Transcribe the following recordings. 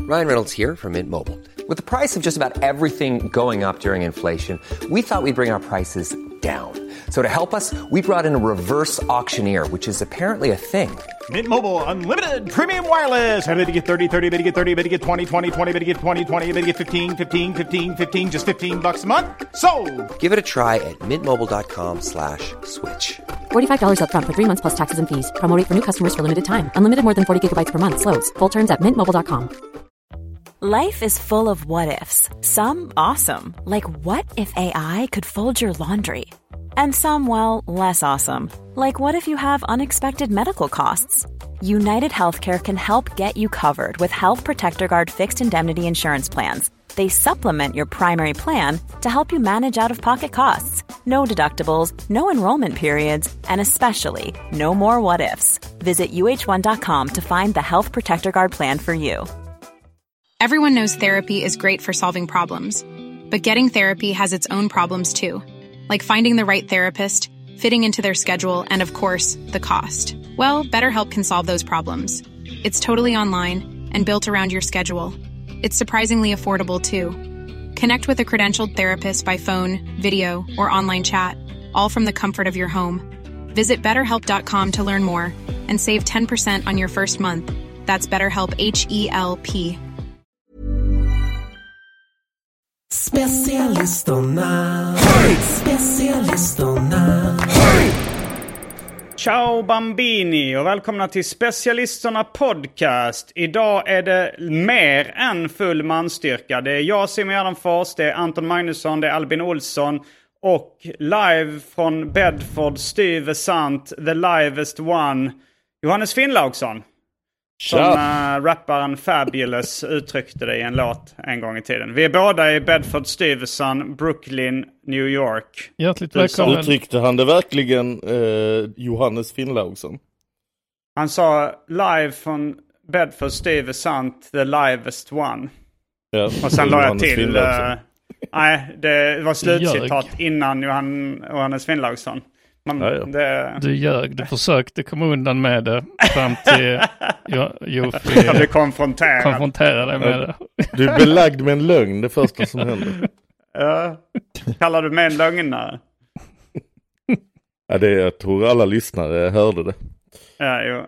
Ryan Reynolds here from Mint Mobile. With the price of just about everything going up during inflation, we thought we'd bring our prices down. So to help us, we brought in a reverse auctioneer, which is apparently a thing. Mint Mobile Unlimited Premium Wireless. How to get 30, 30, bit to get 30, bit to get 20, 20, 20, bit to get 20, 20, bit to get 15, 15, 15, 15, just $15 a month? Sold! Give it a try at mintmobile.com/switch. $45 up front for 3 months plus taxes and fees. Promo rate for new customers for limited time. Unlimited more than 40 gigabytes per month. Slows full terms at mintmobile.com. Life is full of what-ifs. Some awesome, like what if AI could fold your laundry? And some, well, less awesome, like what if you have unexpected medical costs? United Healthcare can help get you covered with Health Protector Guard fixed indemnity insurance plans. They supplement your primary plan to help you manage out-of-pocket costs. No deductibles, no enrollment periods, and especially no more what-ifs. Visit uh1.com to find the Health Protector Guard plan for you. Everyone knows therapy is great for solving problems, but getting therapy has its own problems too, like finding the right therapist, fitting into their schedule, and of course, the cost. Well, BetterHelp can solve those problems. It's totally online and built around your schedule. It's surprisingly affordable too. Connect with a credentialed therapist by phone, video, or online chat, all from the comfort of your home. Visit BetterHelp.com to learn more and save 10% on your first month. That's BetterHelp, H-E-L-P. Specialisterna. Specialisterna. Ciao Bambini och välkomna till Specialisterna podcast. Idag är det mer än full manstyrka. Det är jag, Simon Gärdenfors, det är Anton Magnusson, det är Albin Olsson och live från Bedford, Stuyvesant, the livest one, Johannes Finnlaugsson. Som rapparen Fabulous uttryckte det i en låt en gång i tiden. Vi är båda i Bedford, Stuyvesant, Brooklyn, New York. Hjärtligt välkommen. Uttryckte han det verkligen Johannes Finnlaugsson? Han sa live från Bedford, Stuyvesant, the livest one. Ja, och sen la jag till... nej, det var slutcitat innan Johannes Finnlaugsson. Du ljög, du försökte komma undan med det fram till Jofi jag blev konfronterad med det. Du är belagd med en lögn, det första som händer. Kallar du mig en lögnare? Ja, jag tror alla lyssnare hörde det. Ja, jo.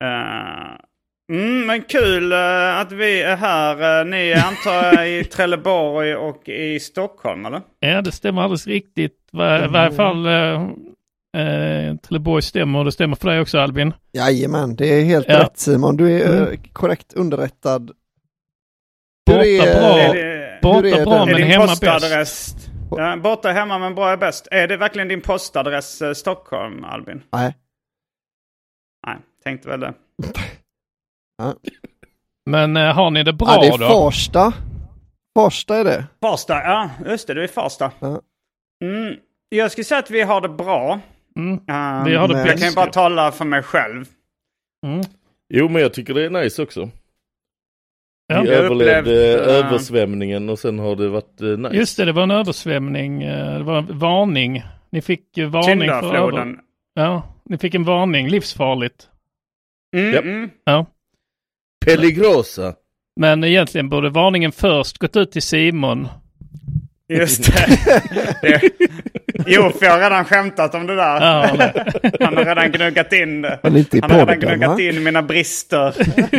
Men kul att vi är här. Ni är antar i Trelleborg och i Stockholm, eller? Ja, det stämmer alldeles riktigt. I varje fall... Trelleborg stämmer, och det stämmer för dig också, Albin. Jajamän, det är helt rätt, Simon. Du är korrekt underrättad. Borta bra men hemma bäst. Ja, borta hemma men bra är bäst. Är det verkligen din postadress Stockholm, Albin? Nej, tänkte väl det. Ja. Men har ni det bra då? Det är Farsta. Farsta är det. Farsta, ja. Just det, du är Farsta. Ja. Jag skulle säga att vi har det bra. Vi har det bäst. Jag kan ju bara tala för mig själv. Jo, men jag tycker det är nice också. Ja. Vi överlevde översvämningen och sen har det varit nice. Just det var en översvämning. Det var en varning. Ni fick varning för ni fick en varning. Livsfarligt. Ja. Peligrosa. Men egentligen borde varningen först gått ut till Simon. Just det. Jo, för jag har redan skämtat om det där. Han har redan gnuggat in det. Han har redan gnuggat in mina brister.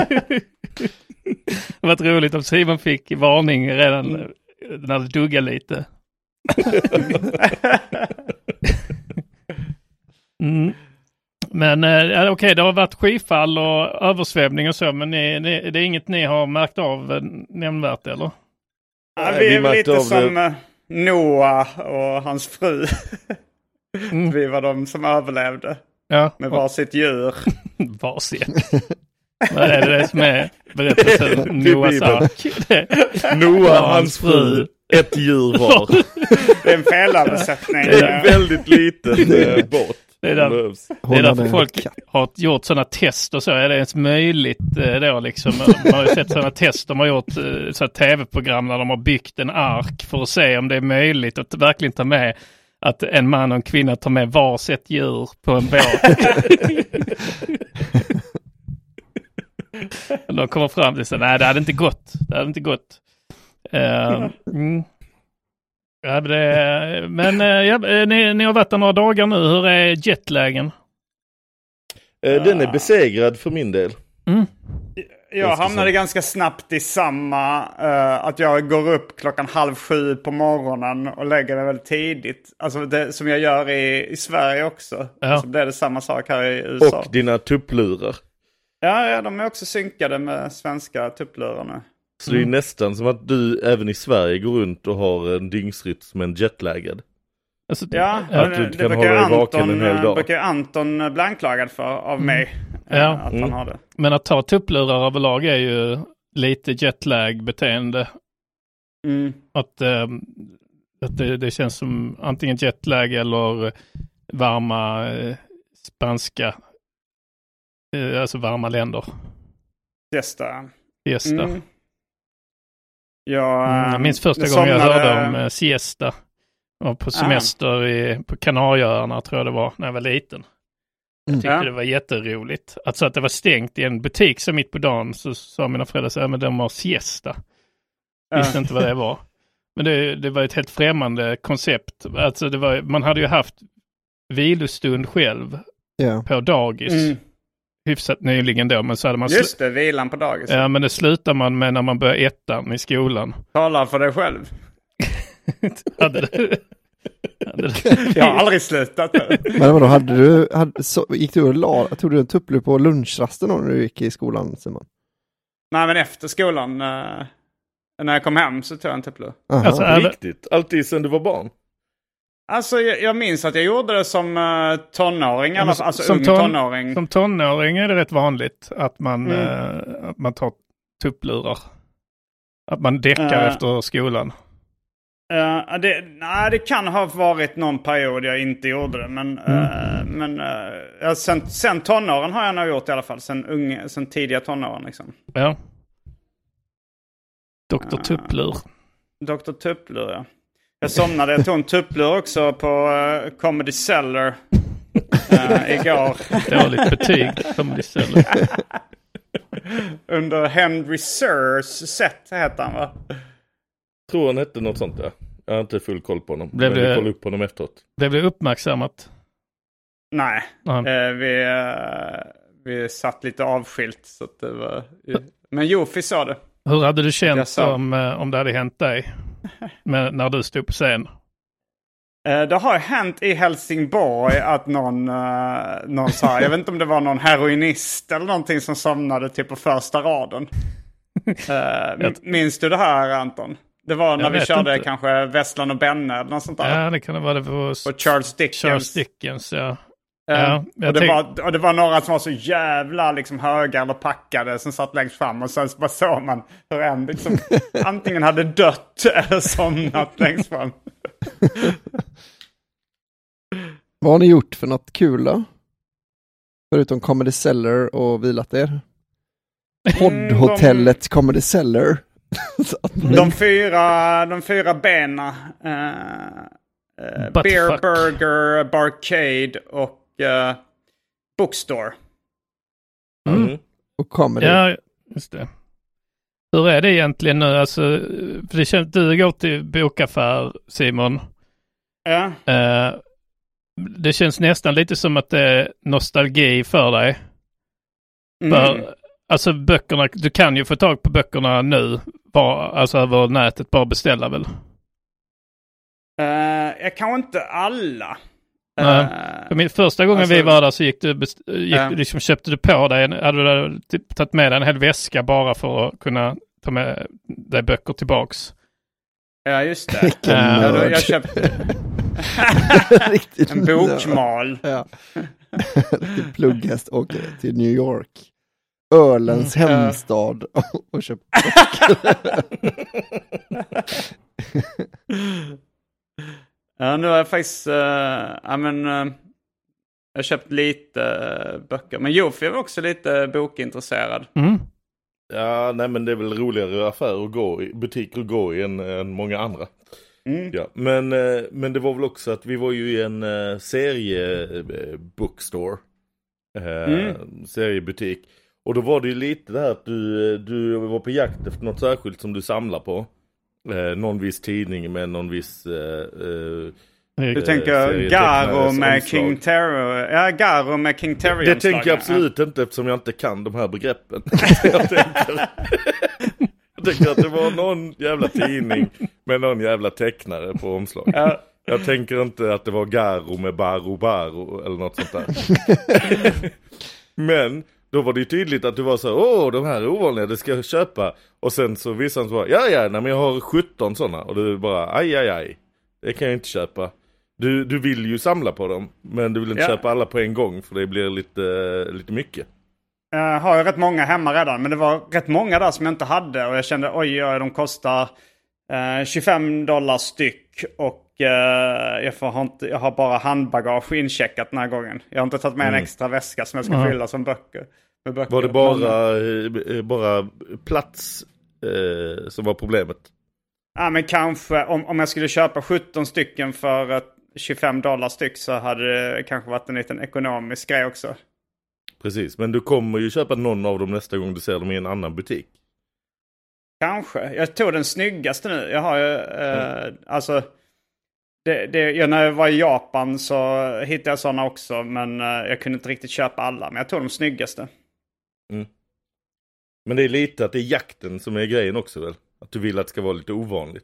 Det var roligt om Simon fick varning redan när det duggade lite. Men okej, det har varit skyfall och översvämning och så, men det är inget ni har märkt av nämnvärt, eller? Ja, vi är lite som Noah och hans fru. Vi var de som överlevde. Ja. Med varsitt djur. Varsitt? Vad är det som är berättelsen? Noahs ark. Noah och hans fru. Ett djur var. Det är en felöversättning. Det är en väldigt liten båt. Det är därför folk har gjort sådana test och så. Är det ens möjligt då liksom? Man har ju sett sådana test. De har gjort så tv-program där de har byggt en ark för att se om det är möjligt att verkligen ta med att en man och en kvinna tar med varsitt djur på en båt. De kommer fram till sig, nej det hade inte gått. Ja, ni har varit där några dagar nu. Hur är jetlagen? Den är besegrad för min del. Jag hamnade ganska snabbt i samma, att jag går upp 6:30 på morgonen och lägger mig väldigt tidigt. Alltså det som jag gör i Sverige också. Så blir det samma sak här i USA. Och dina tupplurar. Ja, de är också synkade med svenska tupplurar nu. Så det är nästan som att du även i Sverige går runt och har en dygnsrytm som en jetlaggad. Alltså, att du kan hålla dig vaken en hel dag. Det brukar Anton bli anklagad för av mig. Att han har det. Men att ta tupplurar överlag är ju lite jetlag-beteende. Att det känns som antingen jetlag eller varma spanska, alltså varma länder. Siesta. Jag minns första gången jag hörde om siesta. Och på semester på Kanarieöarna tror jag det var när jag var liten. Jag tyckte det var jätteroligt. Alltså att det var stängt i en butik så mitt på dagen så sa mina föräldrar så här, men de har siesta. Visste inte vad det var. Men det var ett helt främmande koncept. Alltså man hade ju haft vilostund själv på dagis. Hyfsat nyligen då. Men så hade man just det, vilan på dagis. Ja, men det slutar man med när man börjar ettan i skolan. Tala för dig själv. Jag har aldrig slutat. Men vadå, gick du och tog du en tupplur på lunchrasten när du gick i skolan, Simon? Nej, men efter skolan när jag kom hem så tog jag en tupplur. Alltså, riktigt? Alltid sedan du var barn? Alltså jag minns att jag gjorde det som tonåring. Alltså ung tonåring. Som tonåring är det rätt vanligt att man tar tupplurar. Att man däckar efter skolan. Det kan ha varit någon period jag inte gjorde det. Men sen tonåren har jag nog gjort i alla fall. Sen tidiga tonåren liksom. Ja. Dr. Tupplur. Dr. Tupplur, ja. Jag tog en tupplur också på Comedy Cellar igår. Dåligt betyg, Comedy Cellar. Under Henry Surs set heter han, va? Tror han hette något sånt där. Jag har inte full koll på honom. Men vi kollar upp på honom efteråt. Blev det uppmärksammat? Nej. Vi satt lite avskilt. Så att det var... Men Jofi sa det. Hur hade du känt om det hade hänt dig? När du stod på scen? Det har hänt i Helsingborg att någon sa, jag vet inte om det var någon heroinist eller någonting som somnade typ på första raden. Minns du det här, Anton? Det var när vi körde kanske Vesslan och Benne eller något sånt där. Ja, det kan det vara. Det på Charles Dickens. Charles Dickens, ja. Och det var några som var så jävla liksom höga eller packade som satt längst fram, och sen bara såg man hur en liksom antingen hade dött eller somnat längst fram. Vad har ni gjort för något kul då? Förutom Comedy Cellar och vilat er? Poddhotellet Comedy Cellar. De fyra bena. Beer Burger, Barcade och Bookstore. Och Comedy. Ja, just det. Hur är det egentligen nu? Alltså, för det känns, du går till bokaffär, Simon. Ja. Det känns nästan lite som att det är nostalgi för dig. Alltså böckerna, du kan ju få tag på böckerna nu. Alltså över nätet, bara beställa väl? Jag kan inte alla. För första gången vi var där så liksom, köpte du på dig, hade du typ tagit med dig en hel väska bara för att kunna ta med dig böcker tillbaks. Ja, just det. Jag köpte en bokmal. Ja. Plugghäst åker till New York. Ölens hemstad och köpte böcker. Ja, nu har jag faktiskt jag har köpt lite böcker. Men Jofi är också lite bokintresserad. Ja, nej, men det är väl roligare affärer att gå i, butiker att gå i än många andra. Ja, men det var väl också att vi var ju i en seriebookstore. Seriebutik. Och då var det ju lite det här att du var på jakt efter något särskilt som du samlar på. Någon viss tidning med någon viss... du tänker Garo med King Terror? Ja, Garo med King Terror. Det tänker jag absolut inte eftersom jag inte kan de här begreppen. Jag tänker att det var någon jävla tidning med någon jävla tecknare på omslaget. Ja. Jag tänker inte att det var Garo med Baro eller något sånt där. Men då var det ju tydligt att du var så de här är ovanliga, det ska jag köpa. Och sen så visade han så nej, men jag har 17 sådana. Och du bara, aj. Det kan jag inte köpa. Du vill ju samla på dem, men du vill inte köpa alla på en gång för det blir lite mycket. Jag har ju rätt många hemma redan, men det var rätt många där som jag inte hade. Och jag kände, de kostar $25 styck. Och jag har bara handbagage incheckat den här gången. Jag har inte tagit med en extra väska som jag ska fylla som böcker. Var det bara plats som var problemet? Ja, men kanske om jag skulle köpa 17 stycken för $25 styck så hade det kanske varit en liten ekonomisk grej också. Precis, men du kommer ju köpa någon av dem nästa gång du ser dem i en annan butik. Kanske. Jag tog den snyggaste nu. Jag har ju, alltså... när jag var i Japan så hittade jag sådana också. Men jag kunde inte riktigt köpa alla. Men jag tog de snyggaste. Mm. Men det är lite att det är jakten som är grejen också väl? Att du vill att det ska vara lite ovanligt.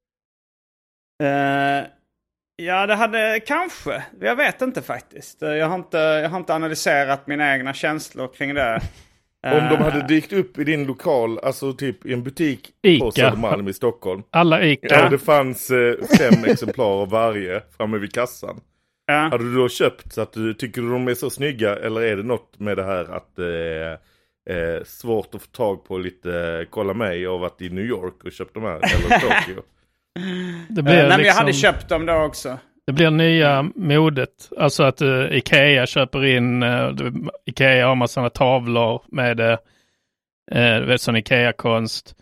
Ja, det hade kanske. Jag vet inte faktiskt. Jag har inte analyserat mina egna känslor kring det. Om de hade dykt upp i din lokal, alltså typ i en butik Ica. På Södermalm i Stockholm. Alla Ica. Ja, det fanns 5 exemplar av varje framme vid kassan. Ja. Hade du då köpt så att tycker du de är så snygga, eller är det något med det här att svårt att få tag på lite, kolla mig, jag har varit i New York och köpt de här, eller Tokyo. Det blir men jag hade köpt dem då också. Det blir nya modet. Alltså att Ikea köper in, Ikea har massor av tavlor med du vet, sån Ikea-konst.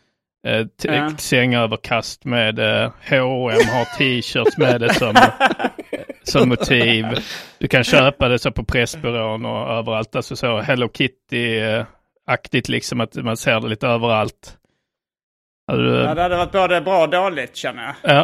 Sängöverkast med H&M har t-shirts med det som motiv. Du kan köpa det så på Pressbyrån och överallt. Alltså så Hello Kitty-aktigt liksom, att man ser det lite överallt. Ja, det hade varit både bra och dåligt, känner jag. Ja.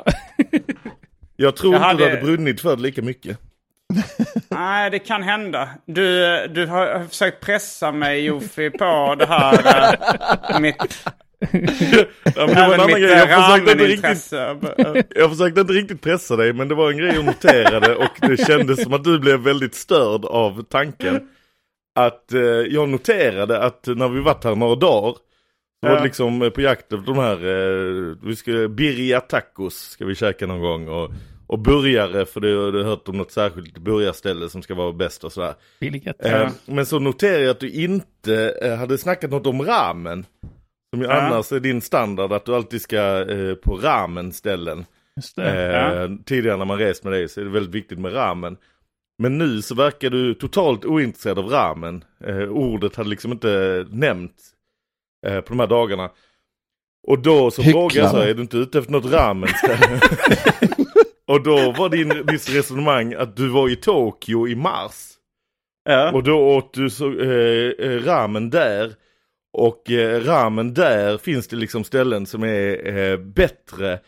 Jag tror inte du hade brunnit för det lika mycket. Nej, det kan hända. Du har försökt pressa mig, Jofi, på det här mitt... Ja, men det var en annan grej. Jag försökte inte riktigt pressa dig, men det var en grej jag noterade och det kändes som att du blev väldigt störd av tanken. Att jag noterade att när vi varit här några dagar så var det liksom på jakt efter de här birria tacos ska vi käka någon gång och burgare, för du har hört om något särskilt burgarställe som ska vara bäst och sådär. Men så noterade jag att du inte hade snackat något om ramen. Som ju annars är din standard att du alltid ska på ramen-ställen. Just det. Tidigare när man reser med dig så är det väldigt viktigt med ramen. Men nu så verkar du totalt ointresserad av ramen. Ordet hade liksom inte nämnts på de här dagarna. Och då så frågade jag så här, är du inte ute efter något ramen-ställe? Och då var ditt resonemang att du var i Tokyo i mars. Och då åt du så, ramen där. Och ramen där finns det liksom ställen som är bättre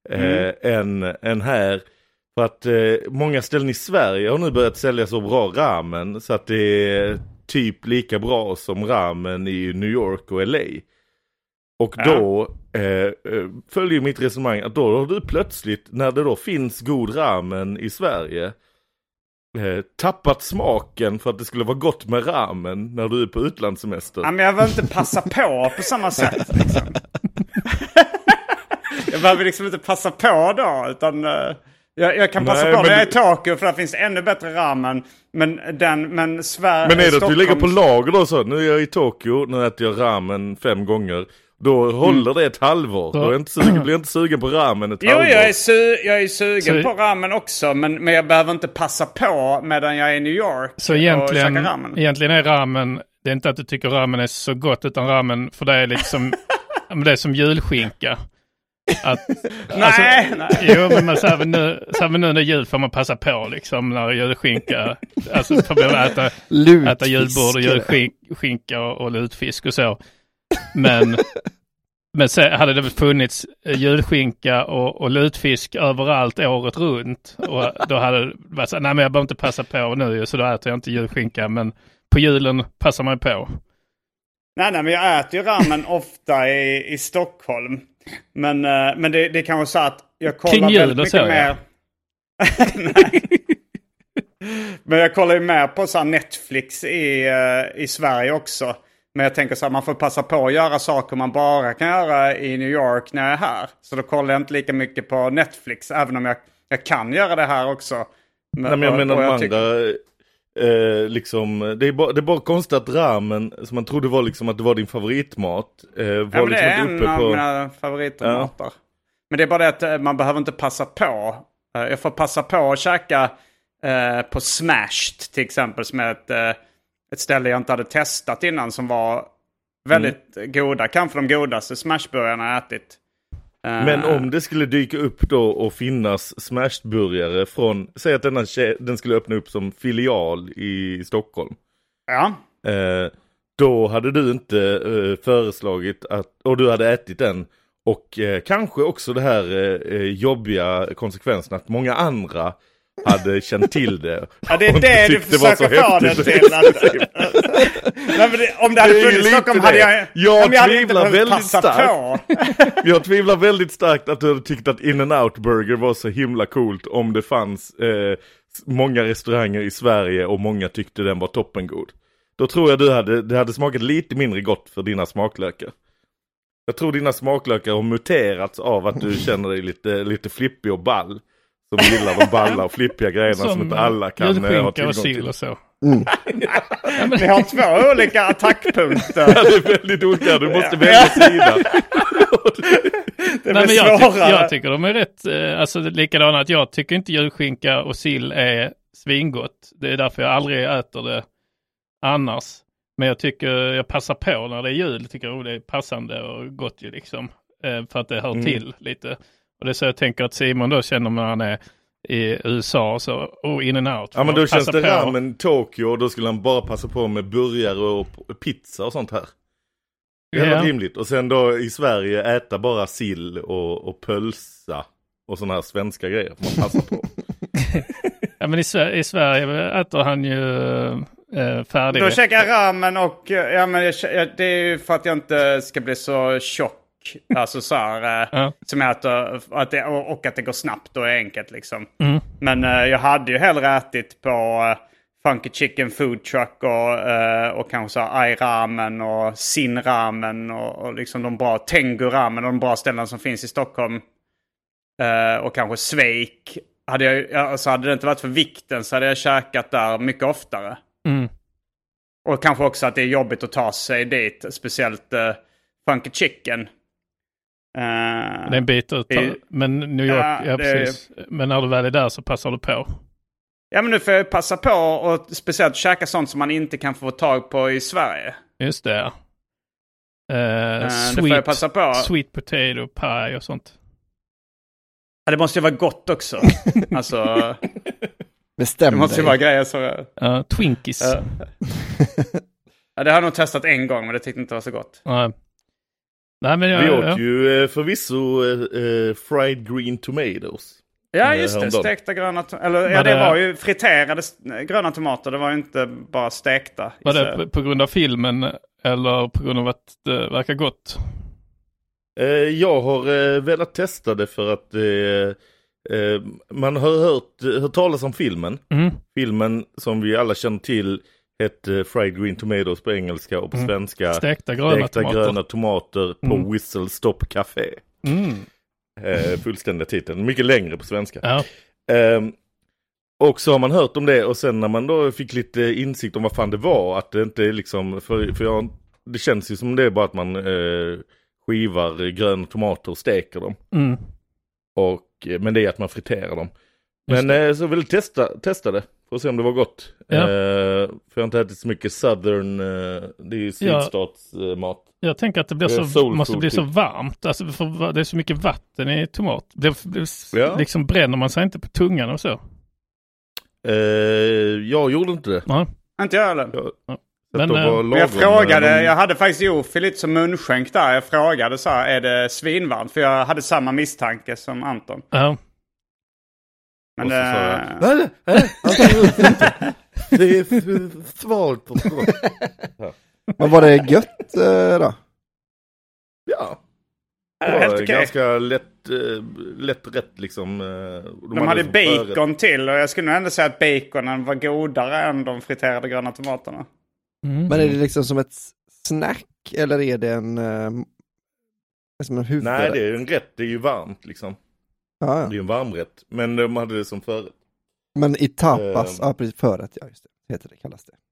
än här. För att många ställen i Sverige har nu börjat sälja så bra ramen så att det är typ lika bra som ramen i New York och LA. Och då följer mitt resonemang att då har du plötsligt, när det då finns god ramen i Sverige, tappat smaken för att det skulle vara gott med ramen när du är på utlandssemester. Ja, men jag vill inte passa på samma sätt liksom. Jag behöver liksom inte passa på då, utan jag kan passa på när jag är i Tokyo, för där finns ännu bättre ramen. Men är det att du ligger på lager då så? Nu är jag i Tokyo, nu äter jag ramen 5 gånger. Då håller det ett halvår. Då blir jag inte sugen på ramen ett halvår. Jo, jag är sugen på ramen också. Men jag behöver inte passa på medan jag är i New York. Så egentligen är ramen, det är inte att du tycker ramen är så gott, utan ramen för det är liksom det är som julskinka. Nej. Jo, men så här nu när jul får man passa på liksom när julskinka. Alltså får man äta julbord och julskinka och lutfisk och så. Men så hade det funnits julskinka och lutfisk överallt året runt. Och då hade det varit så, nej men jag behöver inte passa på nu så då äter jag inte julskinka. Men på julen passar man på. Nej, men jag äter ju ramen ofta i Stockholm. Men det kan vara så att jag kollar väldigt mycket mer. Men jag kollar ju mer på så här Netflix i Sverige också. Men jag tänker så här, man får passa på att göra saker man bara kan göra i New York när jag är här. Så då kollar jag inte lika mycket på Netflix, även om jag kan göra det här också. Nej, men jag menar de andra... liksom, det är bara konstigt att ramen som man trodde var liksom att det var din favoritmat var men det är liksom en av mina favoritmatar. Men det är bara det att man behöver inte passa på. Jag får passa på att käka på Smashed till exempel, som är ett ställe jag inte hade testat innan, som var väldigt goda, kanske de godaste smashburgarna jag ätit. Men om det skulle dyka upp då och finnas smashburgare från, säg att den skulle öppna upp som filial i Stockholm. Ja. Då hade du inte föreslagit och du hade ätit den. Och kanske också det här jobbiga konsekvensen att många andra hade känt till det. Ja, det är det du försöker få det till. Om det hade funnits i Stockholm hade jag tvivlar väldigt starkt. Jag tvivlar väldigt starkt att du hade tyckt att In-N-Out Burger var så himla coolt om det fanns många restauranger i Sverige och många tyckte den var toppengod. Då tror jag det hade smakat lite mindre gott för dina smaklökar. Jag tror dina smaklökar har muterats av att du känner dig lite flippig och ball. Som gillar de balla och flippiga grejerna som inte alla kan ha tillgång till. Och så. Vi har två olika attackpunkter. Ja, det är väldigt olika. Du måste välja sida. Nej, men jag tycker de är rätt. Alltså likadant att jag tycker inte julskinka och sill är svingott. Det är därför jag aldrig äter det annars. Men jag tycker jag passar på när det är jul. Jag tycker det är passande och gott ju liksom. För att det hör till lite. Och det är så jag tänker att Simon då känner när han är i USA och så, och In-N-Out. Ja, men då känns det ramen Tokyo och då skulle han bara passa på med burgare och pizza och sånt här. Det är något rimligt. Och sen då i Sverige äta bara sill och pölsa och såna här svenska grejer man passar på. Ja, men i Sverige äter han ju färdig. Då käkar jag ramen och det är ju för att jag inte ska bli så tjock. Alltså så här, som jag äter, och att det går snabbt och är enkelt liksom. Men jag hade ju hellre ätit på Funky Chicken Food Truck och kanske så här ramen och Sin ramen och liksom de bra Tengu ramen och de bra ställen som finns i Stockholm. Och kanske Sveik. Hade det inte varit för vikten så hade jag käkat där mycket oftare. Och kanske också att det är jobbigt att ta sig dit, speciellt Funky Chicken. Det är en bit ut. Men New York, precis. Men när du väl är där så passar du på. Ja, men nu får jag passa på och speciellt käka sånt som man inte kan få tag på i Sverige. Just det. Det får jag passa på. Sweet potato pie och sånt. Ja, det måste ju vara gott också. Alltså, bestäm det måste ju vara grejer så. Twinkies. Ja, det har jag nog testat en gång, men det tyckte inte var så gott. Nej, men vi åt ju förvisso fried green tomatoes. Ja, just det. Stekta gröna tomater. Det var ju friterade gröna tomater. Det var ju inte bara stekta. Var det på grund av filmen eller på grund av att det verkar gott? Jag har velat testa det för att man har hört talas om filmen. Filmen som vi alla känner till hette Fried Green Tomatoes på engelska och på svenska Stekta gröna tomater på Whistle Stop Café. Fullständiga titeln. Mycket längre på svenska. Ja. Och så har man hört om det och sen när man då fick lite insikt om vad fan det var, att det inte är liksom det känns ju som det är bara att man skivar gröna tomater och steker dem. Men det är att man friterar dem. Men så vill jag testa det. Får se om det var gott. För jag har inte ätit så mycket southern, det är ju sydstatsmat. Jag tänker att det måste bli så varmt. Alltså för det är så mycket vatten i tomat. Liksom bränner man sig inte på tungan och så? Jag gjorde inte det. Ja. Inte jag heller. Men jag frågade, jag hade faktiskt Jofi lite som munskänk där. Jag frågade så här, är det svinvarmt? För jag hade samma misstanke som Anton. Ja. Men det är svalt på Men var det gött då? Ja. Det var helt okej. Ganska lätt rätt liksom. De hade bacon till och jag skulle nog ändå säga att baconen var godare än de friterade gröna tomaterna. Men är det liksom som ett snack eller är det som en huvudrätt? Nej, det är en rätt. Det är ju varmt liksom. Det är ju en varmrätt. Men de hade det som förrätt. Men i tapas, precis, förrätt, ja just det. Heter det, kallas det.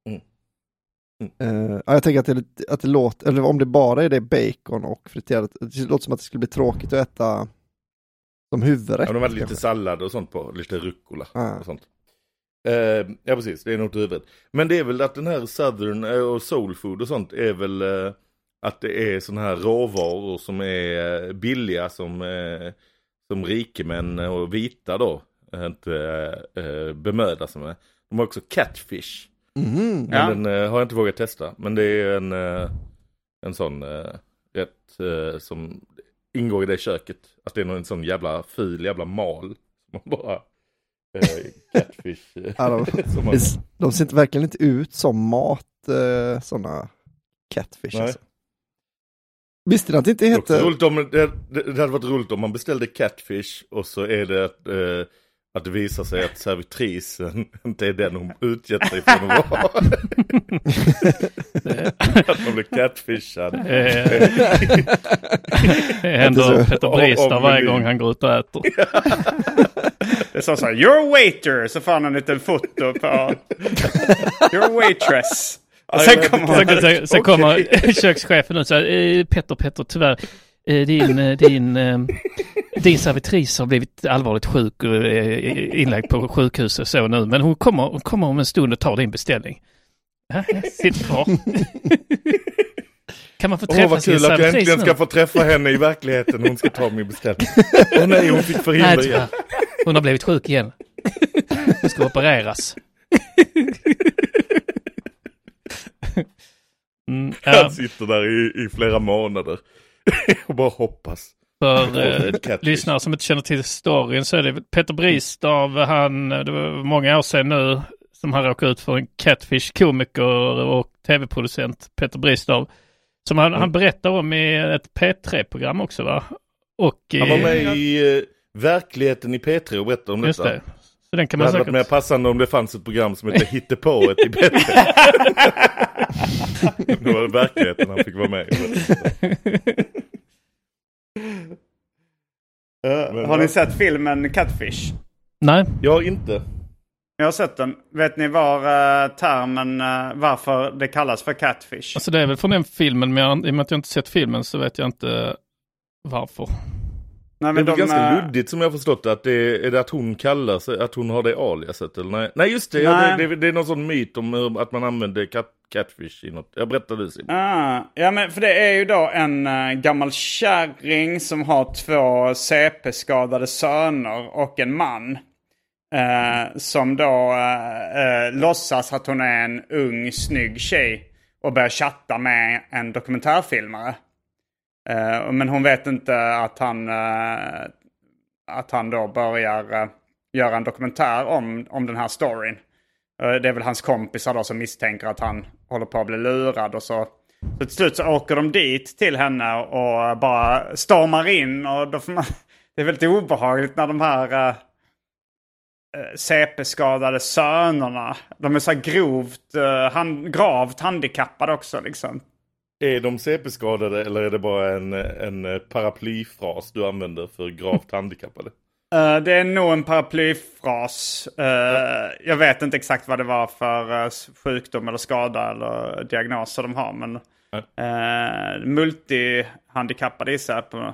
Jag tänker att det låter, eller om det bara är det bacon och friterat, det låter som att det skulle bli tråkigt att äta som huvudrätt. Ja, de hade lite sallad och sånt på, lite rucola och sånt. Ja precis, det är nog huvudrätt. Men det är väl att den här southern och soul food och sånt är väl att det är såna här råvaror som är billiga som rikemän och vita då inte bemöda sig med. De har också catfish. Men den har jag inte vågat testa. Men det är en sån rätt som ingår i det köket. Att det är någon sån jävla mal. Man bara catfish. De ser verkligen inte ut som mat, såna catfish. Alltså. Visste ni att det inte heter... Det hade varit roligt om man beställde catfish och så är det att det visar sig att servitrisen inte är den hon utgett sig för att vara. Att man blir catfishad. Det händer Peter Brista varje gång han går ut och äter. Det sa så här, you're waiter, så får han en liten foto på you're waitress. Och sen kommer kökschefen och säger, Petter, tyvärr, din servitris har blivit allvarligt sjuk och inlagd på sjukhuset så nu. Men hon kommer om en stund och tar din beställning. Ja, sitt kvar. Kan man få träffa sin servitris nu? Vad kul att jag äntligen ska få träffa henne i verkligheten. Hon ska ta min beställning. Nej, hon fick förhindra igen. Hon har blivit sjuk igen. Hon ska opereras. Han sitter där i flera månader och bara hoppas. För lyssnare som inte känner till storyn så är det Peter Bristav, det var många år sedan nu som han råkade ut för en catfish-komiker och tv-producent, Peter Bristav, som han berättar om i ett P3-program också, va? Och han var med i Verkligheten i P3 och berättade om detta. Det. Så den kan man det hade varit mer passande om det fanns ett program som heter Hittepået i P3. Det var Verkligheten han fick vara med i. Har ni sett filmen Catfish? Nej. Jag inte. Jag har sett den. Vet ni varför det kallas för Catfish? Alltså det är väl från den filmen, men i och med att jag inte sett filmen så vet jag inte varför. Nej, men det är ganska luddigt som jag har förstått att är det att hon kallar sig, att hon har det aliaset eller nej? Nej just det, det är någon sån myt om att man använder catfish i något. Jag berättade det. Ja, men för det är ju då en gammal kärring som har 2 CP-skadade söner och en man. Som då låtsas att hon är en ung, snygg tjej och börjar chatta med en dokumentärfilmare. Men hon vet inte att han då börjar göra en dokumentär om den här storyn. Det är väl hans kompisar då som misstänker att han håller på att bli lurad. Och så till slut så åker de dit till henne och bara stormar in. Och då får det är väldigt obehagligt när de här CP-skadade sönerna, de är så här gravt handikappade också liksom. Är de CP-skadade eller är det bara en paraplyfras du använder för gravt handikappade? Det är nog en paraplyfras. Jag vet inte exakt vad det var för sjukdom eller skada eller diagnoser de har. Men multihandikappade gissar jag på.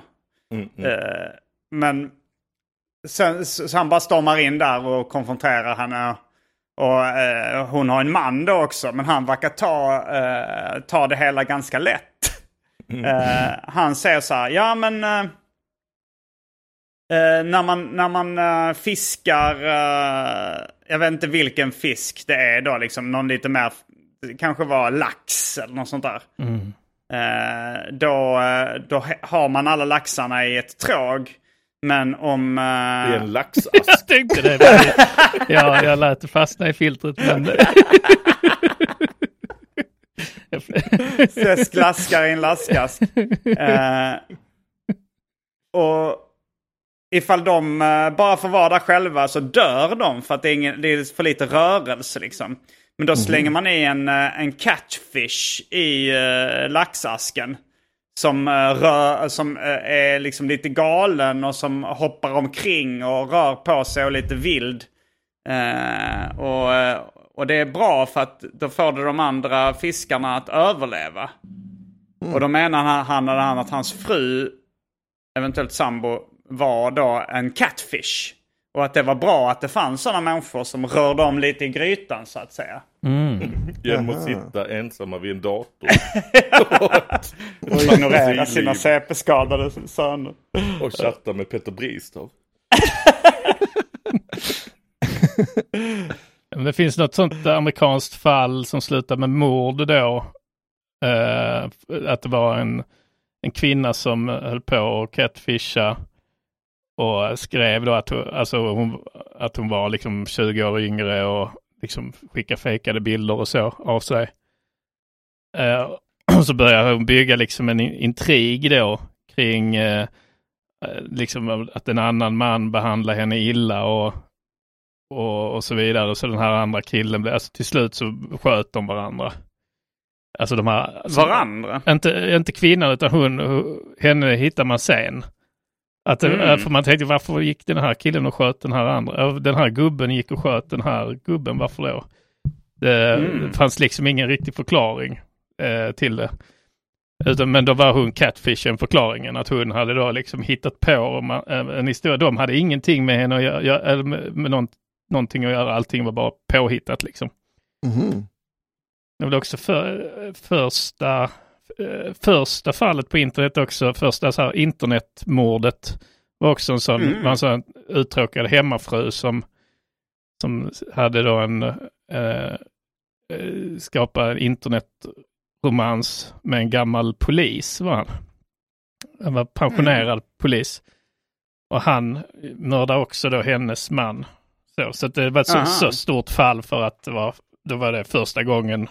Men sen, så han bara stormar in där och konfronterar henne. Och hon har en man då också. Men han verkar ta det hela ganska lätt. Han säger så här, ja men när man fiskar, jag vet inte vilken fisk det är då, liksom någon lite mer, kanske var lax eller något sånt där. Då har man alla laxarna i ett tråg. Men om... Det är en laxask. Jag tänkte det. Ja, jag lät det fastna i filtret. Men... Slaskar i en laskask. Och ifall de bara får vara där själva så dör de för att det är för lite rörelse liksom. Men då slänger man i en catfish i laxasken som är liksom lite galen och som hoppar omkring och rör på sig och lite vild. Och det är bra för att då får det de andra fiskarna att överleva. Och då menar han att hans fru, eventuellt sambo, var då en catfish. Och att det var bra att det fanns sådana människor som rörde om lite i grytan så att säga. Genom att sitta ensamma vid en dator. Och ignorera sina CP-skadade söner. Och chatta med Peter Bristav. Det finns något sånt amerikanskt fall som slutar med mord då. Att det var en kvinna som höll på att catfisha och skrev då att hon var liksom 20 år yngre och liksom skickade fejkade bilder och så av sig. Och så började hon bygga liksom en intrig då kring liksom att en annan man behandlar henne illa och så vidare. Och så den här andra killen blev, alltså till slut så sköt de varandra. Alltså de här... Varandra? Inte kvinnan utan henne hittar man sen. För man tänkte, varför gick den här killen och sköt den här andra? Den här gubben gick och sköt den här gubben, varför då? Det fanns liksom ingen riktig förklaring till det. Men då var hon catfishen förklaringen, att hon hade då liksom hittat på en historia. De hade ingenting med henne att göra, eller med någonting att göra, allting var bara påhittat liksom. Det var också första fallet på internet också, första så här internetmordet var också en sån uttråkad hemmafru som hade då skapat en internetromans med en gammal polis var han. Han var pensionerad polis. Och han mördade också då hennes man. Så det var ett så stort fall för att då var det första gången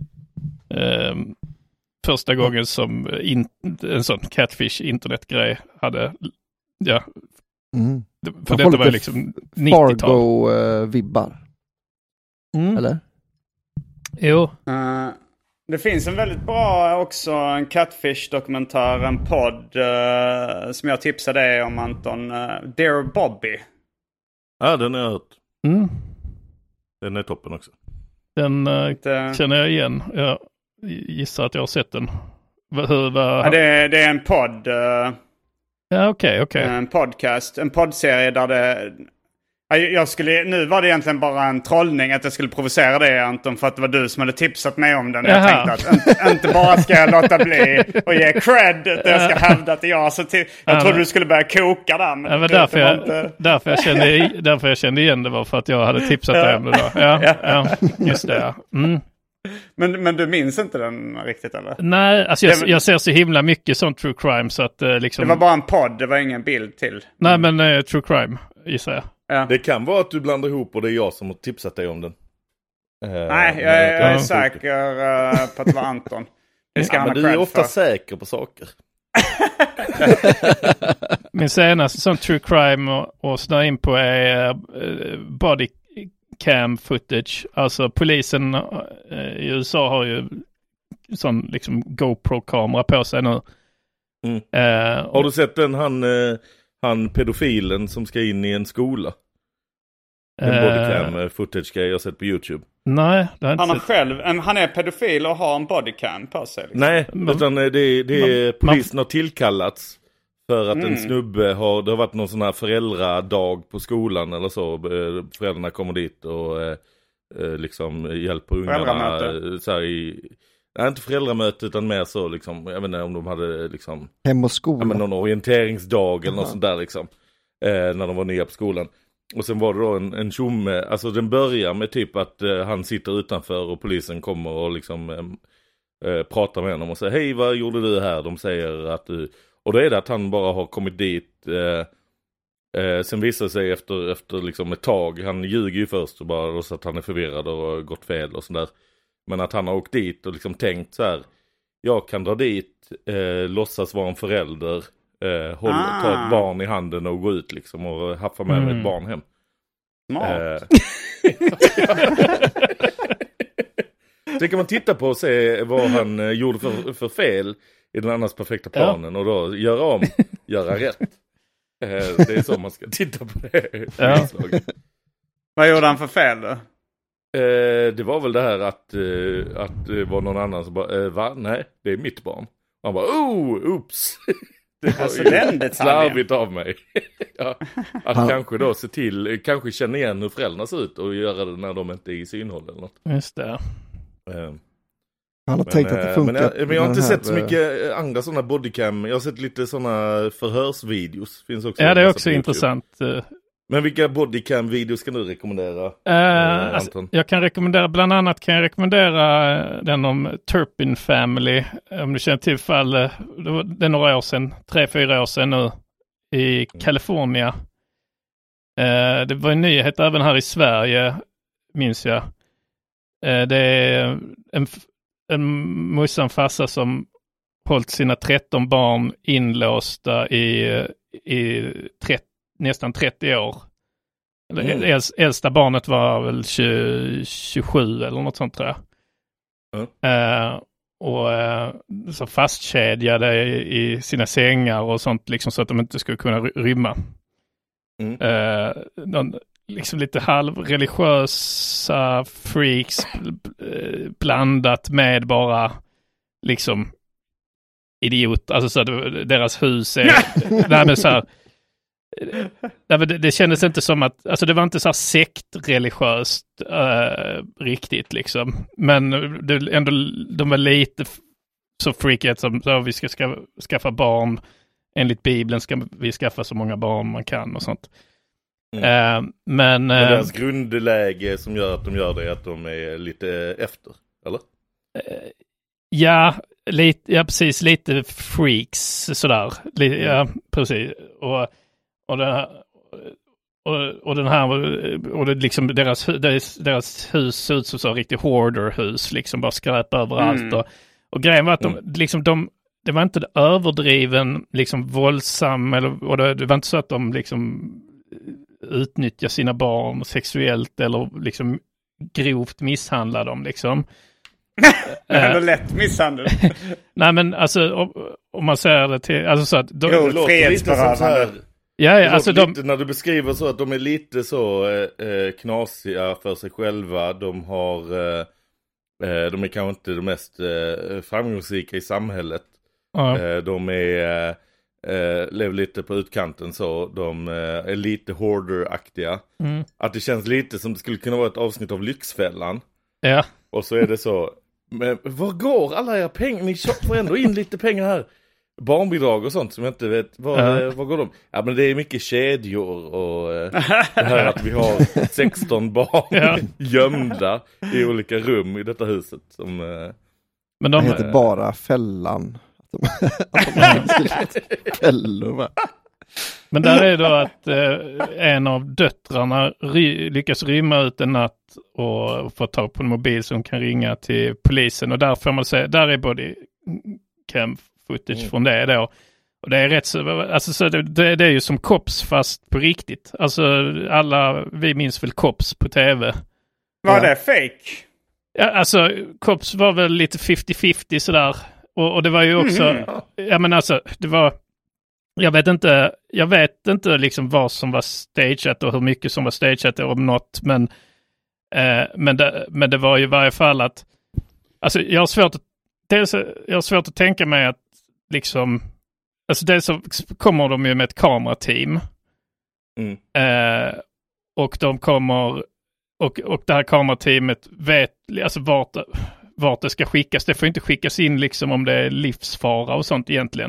som en sån catfish internetgrej hade, ja. För detta var liksom 90-tal. Fargo-vibbar. Eller? Jo. Det finns en väldigt bra också, en catfish-dokumentär, en podd som jag tipsade dig om, Anton. Dear Bobby. Ja, den har jag hört. Den är toppen också. Den känner jag igen. Jag gissar att jag har sett den. Ja, det är en podd. Ja, okej. En podcast. En poddserie där det... Nu var det egentligen bara en trollning att jag skulle provocera dig, Anton, för att det var du som hade tipsat mig om den. Jag tänkte att inte bara ska jag låta bli och ge cred, utan jag ska hävda att jag trodde du skulle börja koka där. Men därför jag kände igen det var för att jag hade tipsat dig om det då. Ja, just det. Men du minns inte den riktigt, eller? Nej, alltså jag ser så himla mycket sånt true crime så att liksom... Det var bara en podd, det var ingen bild till. Nej, men true crime, gissar jag. Ja. Det kan vara att du blandar ihop och det är jag som har tipsat dig om den. Nej, jag är säker på att det var Anton. Men du är ofta säker på saker. Min senaste sån true crime och snöa in på är body cam footage. Alltså polisen i USA har ju sån liksom GoPro-kamera på sig nu. Har du sett den han pedofilen som ska in i en skola? En bodycam footage-grej jag har sett på YouTube. Nej, det har inte han själv, han är pedofil och har en bodycam på sig. Liksom. Nej, utan polisen har tillkallats för att en snubbe det har varit någon sån här föräldradag på skolan eller så. Föräldrarna kommer dit och liksom hjälper ungarna så här Nej, inte föräldramöte utan mer så liksom, jag vet inte om de hade liksom hem och skola. Ja, men någon orienteringsdag eller något sånt där liksom. När de var nya på skolan. Och sen var det då en tjomme, alltså den börjar med typ att han sitter utanför och polisen kommer och liksom pratar med honom och säger hej, vad gjorde du här? De säger att du, och då är det att han bara har kommit dit sen visar sig efter liksom ett tag, han ljuger ju först och bara så att han är förvirrad och gått fel och sådär. Men att han har åkt dit och liksom tänkt så här, jag kan dra dit, låtsas vara en förälder, ta ett barn i handen och gå ut liksom och haffa med mig ett barn hem. Smart. Det kan man titta på och se vad han gjorde för fel i den annars perfekta planen och då göra rätt. Det är så man ska titta på det. Ja. Vad gjorde han för fel då? Det var väl det här att det var någon annan som bara, va? Nej, det är mitt barn. Han bara, oops. Det var slarvigt av mig. Ja, att kanske då se till, kanske känna igen hur föräldrarna ser ut och göra det när de inte är i synhåll eller något. Just det. Han har tänkt att det funkar. Men jag har inte sett så mycket andra sådana bodycam. Jag har sett lite sådana förhörsvideos. Finns också. Ja, det är också intressant. Men vilka bodycam-videos kan du rekommendera? Alltså, jag kan rekommendera, bland annat kan jag rekommendera den om Turpin Family. Om du känner till fall, det är några år sedan, 3-4 år sedan nu, i Kalifornien. Det var en nyhet även här i Sverige, minns jag. Det är en morsan farsa som hållit sina 13 barn inlåsta i nästan 30 år. Äldsta barnet var väl 27 eller något sånt tror jag. Och så fastkedjade i sina sängar och sånt liksom så att de inte skulle kunna rymma. Liksom lite halvreligiösa freaks blandat med bara liksom idiot. Alltså så att deras hus är därmed så här. Det kändes inte som att, alltså det var inte så här sektreligiöst riktigt liksom. Men ändå, de var lite så freakat som så vi ska skaffa barn. Enligt Bibeln ska vi skaffa så många barn man kan och sånt. Men deras grundläge som gör att de gör det är att de är lite efter, eller? Ja, precis, lite freaks sådär. Ja, precis. Och den här och det liksom deras hus ser ut som så riktigt hoarderhus liksom bara skräp överallt och grejen var att det var inte överdriven liksom våldsam och det var inte så att de liksom utnyttjar sina barn sexuellt eller liksom grovt misshandlar dem liksom. Eller lätt misshandel. Nej men alltså om man säger det till alltså så att frihetsberövande. Ja, alltså lite, när du beskriver så att de är lite så knasiga för sig själva. De är kanske inte de mest framgångsrika i samhället. De lever lite på utkanten så. De är lite hoarder-aktiga. Att det känns lite som det skulle kunna vara ett avsnitt av Lyxfällan. Ja. Och så är det så. Men var går alla era pengar? Ni får ändå in lite pengar här. Barnbidrag och sånt som jag inte vet. Var går de? Ja, men det är mycket kedjor och det här att vi har 16 barn gömda i olika rum i detta huset. Som, men de heter bara Fällan. Fällor. Men där är då att en av döttrarna lyckas rymma ut en natt och få tag på en mobil som kan ringa till polisen. Och där får man säga, där är både cam footage från det då. Och det är rätt så, alltså så det är ju som Cops fast på riktigt. Alltså vi minns väl Cops på tv. Var det fake? Ja, alltså Cops var väl lite 50-50 sådär. Och det var ju också, ja men alltså det var, jag vet inte liksom vad som var stageat och hur mycket som var stageat om något, men det var ju i varje fall att, alltså jag har svårt att tänka mig att liksom, alltså dels så kommer de ju med ett kamerateam och de kommer och det här kamerateamet vet alltså vart det ska skickas. Det får inte skickas in liksom om det är livsfara och sånt egentligen.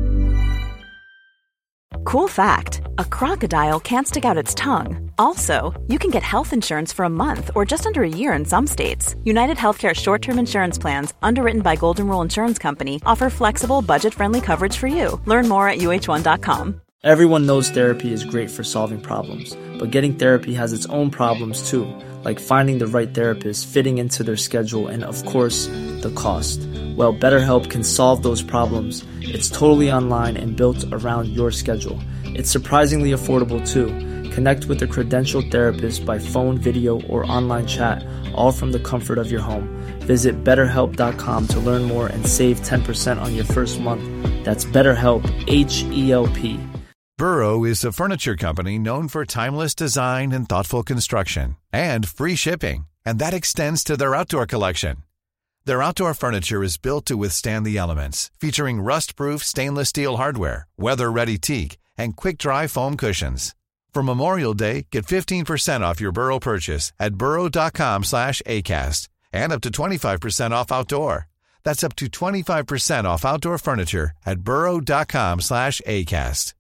Cool fact, a crocodile can't stick out its tongue. Also, you can get health insurance for a month or just under a year in some states. United Healthcare short-term insurance plans, underwritten by Golden Rule Insurance Company, offer flexible, budget-friendly coverage for you. Learn more at uh1.com. Everyone knows therapy is great for solving problems, but getting therapy has its own problems too, like finding the right therapist, fitting into their schedule, and of course, the cost. Well, BetterHelp can solve those problems. It's totally online and built around your schedule. It's surprisingly affordable too. Connect with a credentialed therapist by phone, video, or online chat, all from the comfort of your home. Visit BetterHelp.com to learn more and save 10% on your first month. That's BetterHelp, H-E-L-P. Burrow is a furniture company known for timeless design and thoughtful construction, and free shipping, and that extends to their outdoor collection. Their outdoor furniture is built to withstand the elements, featuring rust-proof stainless steel hardware, weather-ready teak, and quick-dry foam cushions. For Memorial Day, get 15% off your Burrow purchase at burrow.com/acast, and up to 25% off outdoor. That's up to 25% off outdoor furniture at burrow.com/acast.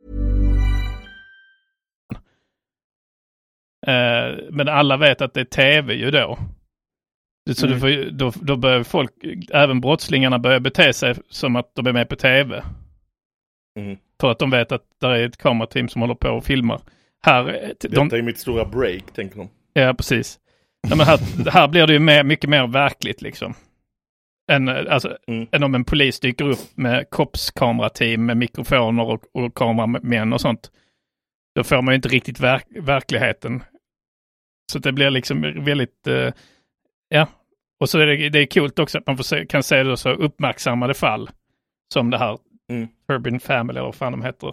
Men alla vet att det är tv ju då. Så då börjar folk, även brottslingarna, börja bete sig som att de är med på tv. För att de vet att det är ett kamerateam som håller på och filmar. Detta är mitt stora break, tänker de. Ja, precis. Ja, men här blir det ju mycket mer verkligt liksom. Än om en polis dyker upp med kopskamerateam med mikrofoner och kameramän och sånt. Då får man ju inte riktigt verkligheten. Så det blir liksom väldigt... Och så är det är coolt också att man kan se det så uppmärksammade fall. Som det här Turpin Family, eller vad fan de heter.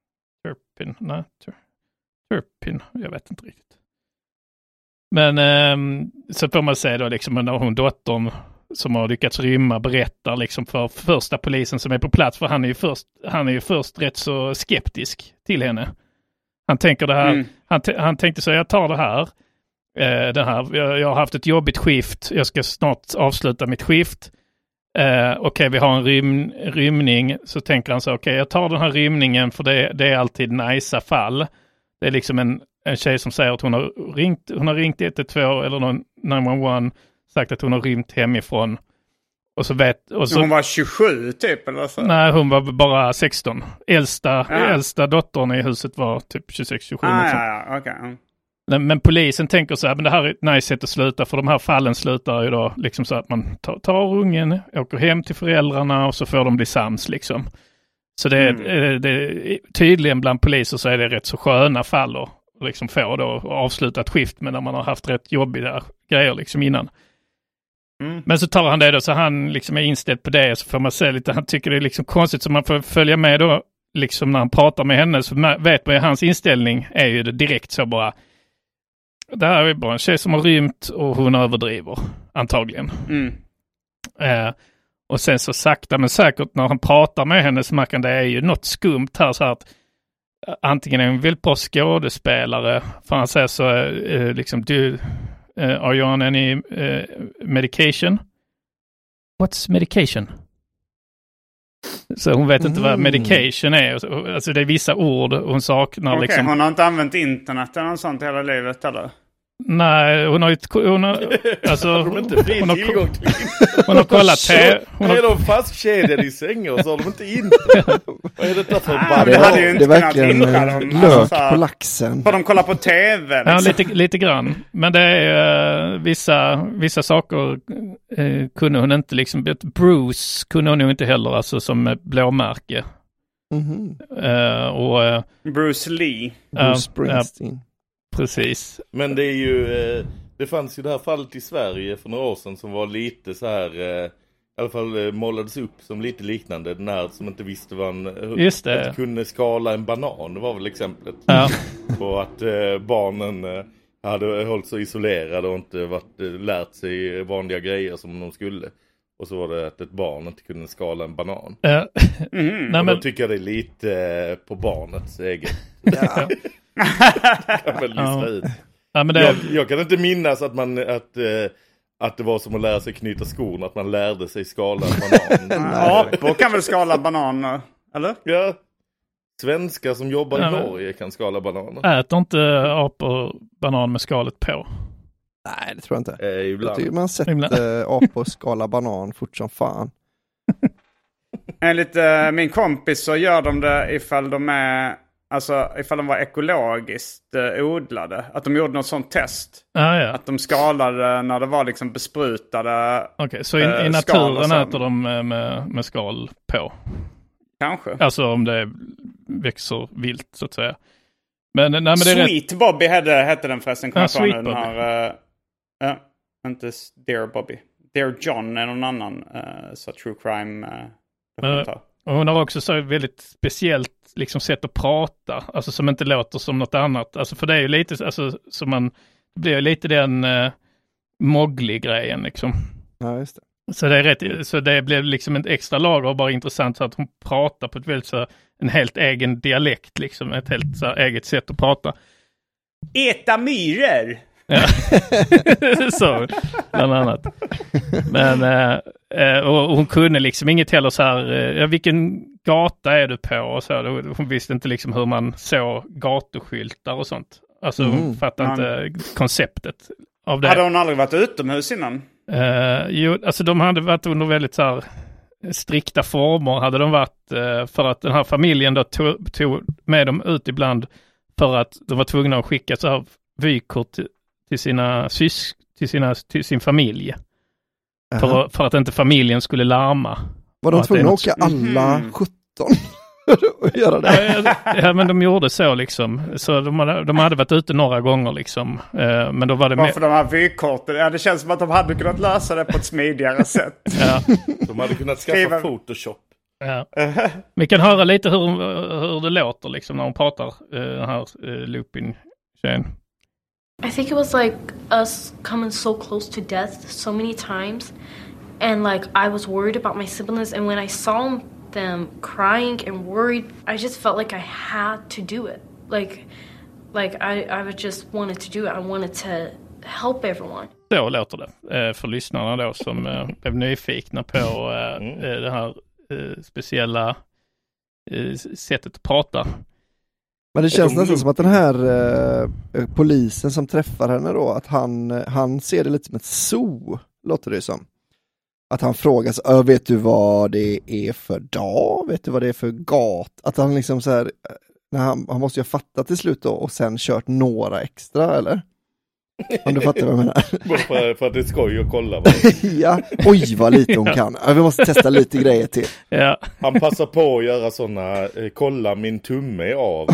Turpin, jag vet inte riktigt. Men så får man se då liksom när hon dottern som har lyckats rymma berättar liksom för första polisen som är på plats, för han är ju först rätt så skeptisk till henne. Han tänker det här, han tänkte så, jag tar det här. Jag har haft ett jobbigt skift. Jag ska snart avsluta mitt skift. Okej, vi har en rymning. Så tänker han så, okej, jag tar den här rymningen, för det är alltid nice fall. Det är liksom en tjej som säger att hon har ringt 112 eller 911, sagt att hon har rymt hemifrån. Och så hon var 27 typ eller så? Nej, hon var bara 16. Äldsta dottern i huset var typ 26-27. Okej. Men polisen tänker så här, men det här är ett nice sätt att sluta, för de här fallen slutar ju då liksom så att man tar ungen, åker hem till föräldrarna och så får de bli sams liksom. Så det är tydligen bland poliser så är det rätt så sköna fall att liksom få då avsluta ett skift, men när man har haft rätt jobbiga grejer liksom innan. Men så tar han det då, så han liksom är inställd på det, så får man se lite, han tycker det är liksom konstigt, så man får följa med då liksom när han pratar med henne, så vet man ju hans inställning är ju det direkt så bara, det här är bara en tjej som har rymt och hon överdriver antagligen. Och sen så sakta men säkert när han pratar med henne så märker det är ju något skumt här, så att antingen är hon väldigt bra skådespelare, för han säger så liksom, are you on any medication? What's medication? Så hon vet inte vad medication är. Alltså det är vissa ord hon saknar. Okej, liksom. Hon har inte använt internet eller något sånt hela livet eller? Nej, hon har kollat tv. Är de fastkedjade i sängen och så har de inte internet? Vad är detta för bara? Det hade ju inte kunnat hindra dem. Lök på laxen. För de kollar på tv. Liksom. Ja, lite grann. Men det är vissa saker kunde hon inte liksom. Bruce kunde hon ju inte heller, alltså som blåmärke. Bruce Lee. Bruce Springsteen. Precis. Men det är ju, det fanns ju det här fallet i Sverige för några år sedan som var lite så här, i alla fall målades upp som lite liknande. Den här som inte visste vad han kunde skala en banan, det var väl exemplet. Ja. På att barnen hade hållit sig isolerade och inte lärt sig vanliga grejer som de skulle. Och så var det att ett barn inte kunde skala en banan. Nej, då tycker jag det är lite på barnets eget. Kan väl lista ut. Ja, men det... jag kan inte minnas att att det var som att lära sig knyta skon, att man lärde sig skala banan. Apor kan väl skala bananer, eller? Ja. Svenskar som jobbar i Norge kan skala bananer. Äter inte apor banan med skalet på? Nej, det tror jag inte. Ibland. Jag tycker man sett apor skala banan fort som fan. Enligt min kompis så gör de det ifall de var ekologiskt odlade. Att de gjorde något sånt test. Ja. Att de skalade när det var liksom besprutade. Okej, så i naturen äter de med skal på? Kanske. Alltså om det växer vilt så att säga. Men det är Sweet Bobby hette den förresten. Sweet Bobby. Inte Dear Bobby. Dear John är någon annan så true crime och hon har också så väldigt speciellt liksom sätt att prata, alltså som inte låter som något annat, alltså för det är ju lite alltså som man blir lite den Mowgli-grejen liksom. Ja, just det. Så det är rätt, så det blev liksom ett extra lager och bara intressant så att hon pratar på ett väldigt så en helt egen dialekt liksom, ett helt så eget sätt att prata. Äta myror. Ja. Så bland annat. Men och hon kunde liksom inget heller så här, vilken gata är du på och så. Hon visste inte liksom hur man såg gatuskyltar och sånt. Alltså hon fattade inte konceptet av det. Hade hon aldrig varit utomhus innan? Jo, alltså de hade varit under väldigt så här strikta former hade de varit för att den här familjen då tog med dem ut ibland för att de var tvungna att skicka så här vykort till sin familj. För att inte familjen skulle larma. Var de tvungna att åka alla 17 och göra det? Ja, men de gjorde så liksom. Så de hade varit ute några gånger liksom. Men då var det varför de här vykorten? Ja, det känns som att de hade kunnat lösa det på ett smidigare sätt. Ja. De hade kunnat skaffa Photoshop. Ja. Vi kan höra lite hur det låter liksom när hon pratar den här Lupin-tjejen. I think it was like us coming so close to death so many times, and like I was worried about my siblings, and when I saw them crying and worried, I just felt like I had to do it. Like I just wanted to do it. I wanted to help everyone. Så låter det för lyssnarna då som blev nyfikna på det här speciella sättet att prata. Men det känns nästan som att den här polisen som träffar henne då, att han ser det lite som ett zoo, låter det som. Att han frågar sig, vet du vad det är för dag? Vet du vad det är för gat? Att han liksom så här, han måste ju ha fattat till slut då och sen kört några extra, eller? Om du fattar vad jag menar. För att det är skoj att kolla. Ja, oj vad lite hon kan. Vi måste testa lite grejer till. Ja. Han passar på att göra sådana, kolla min tumme av.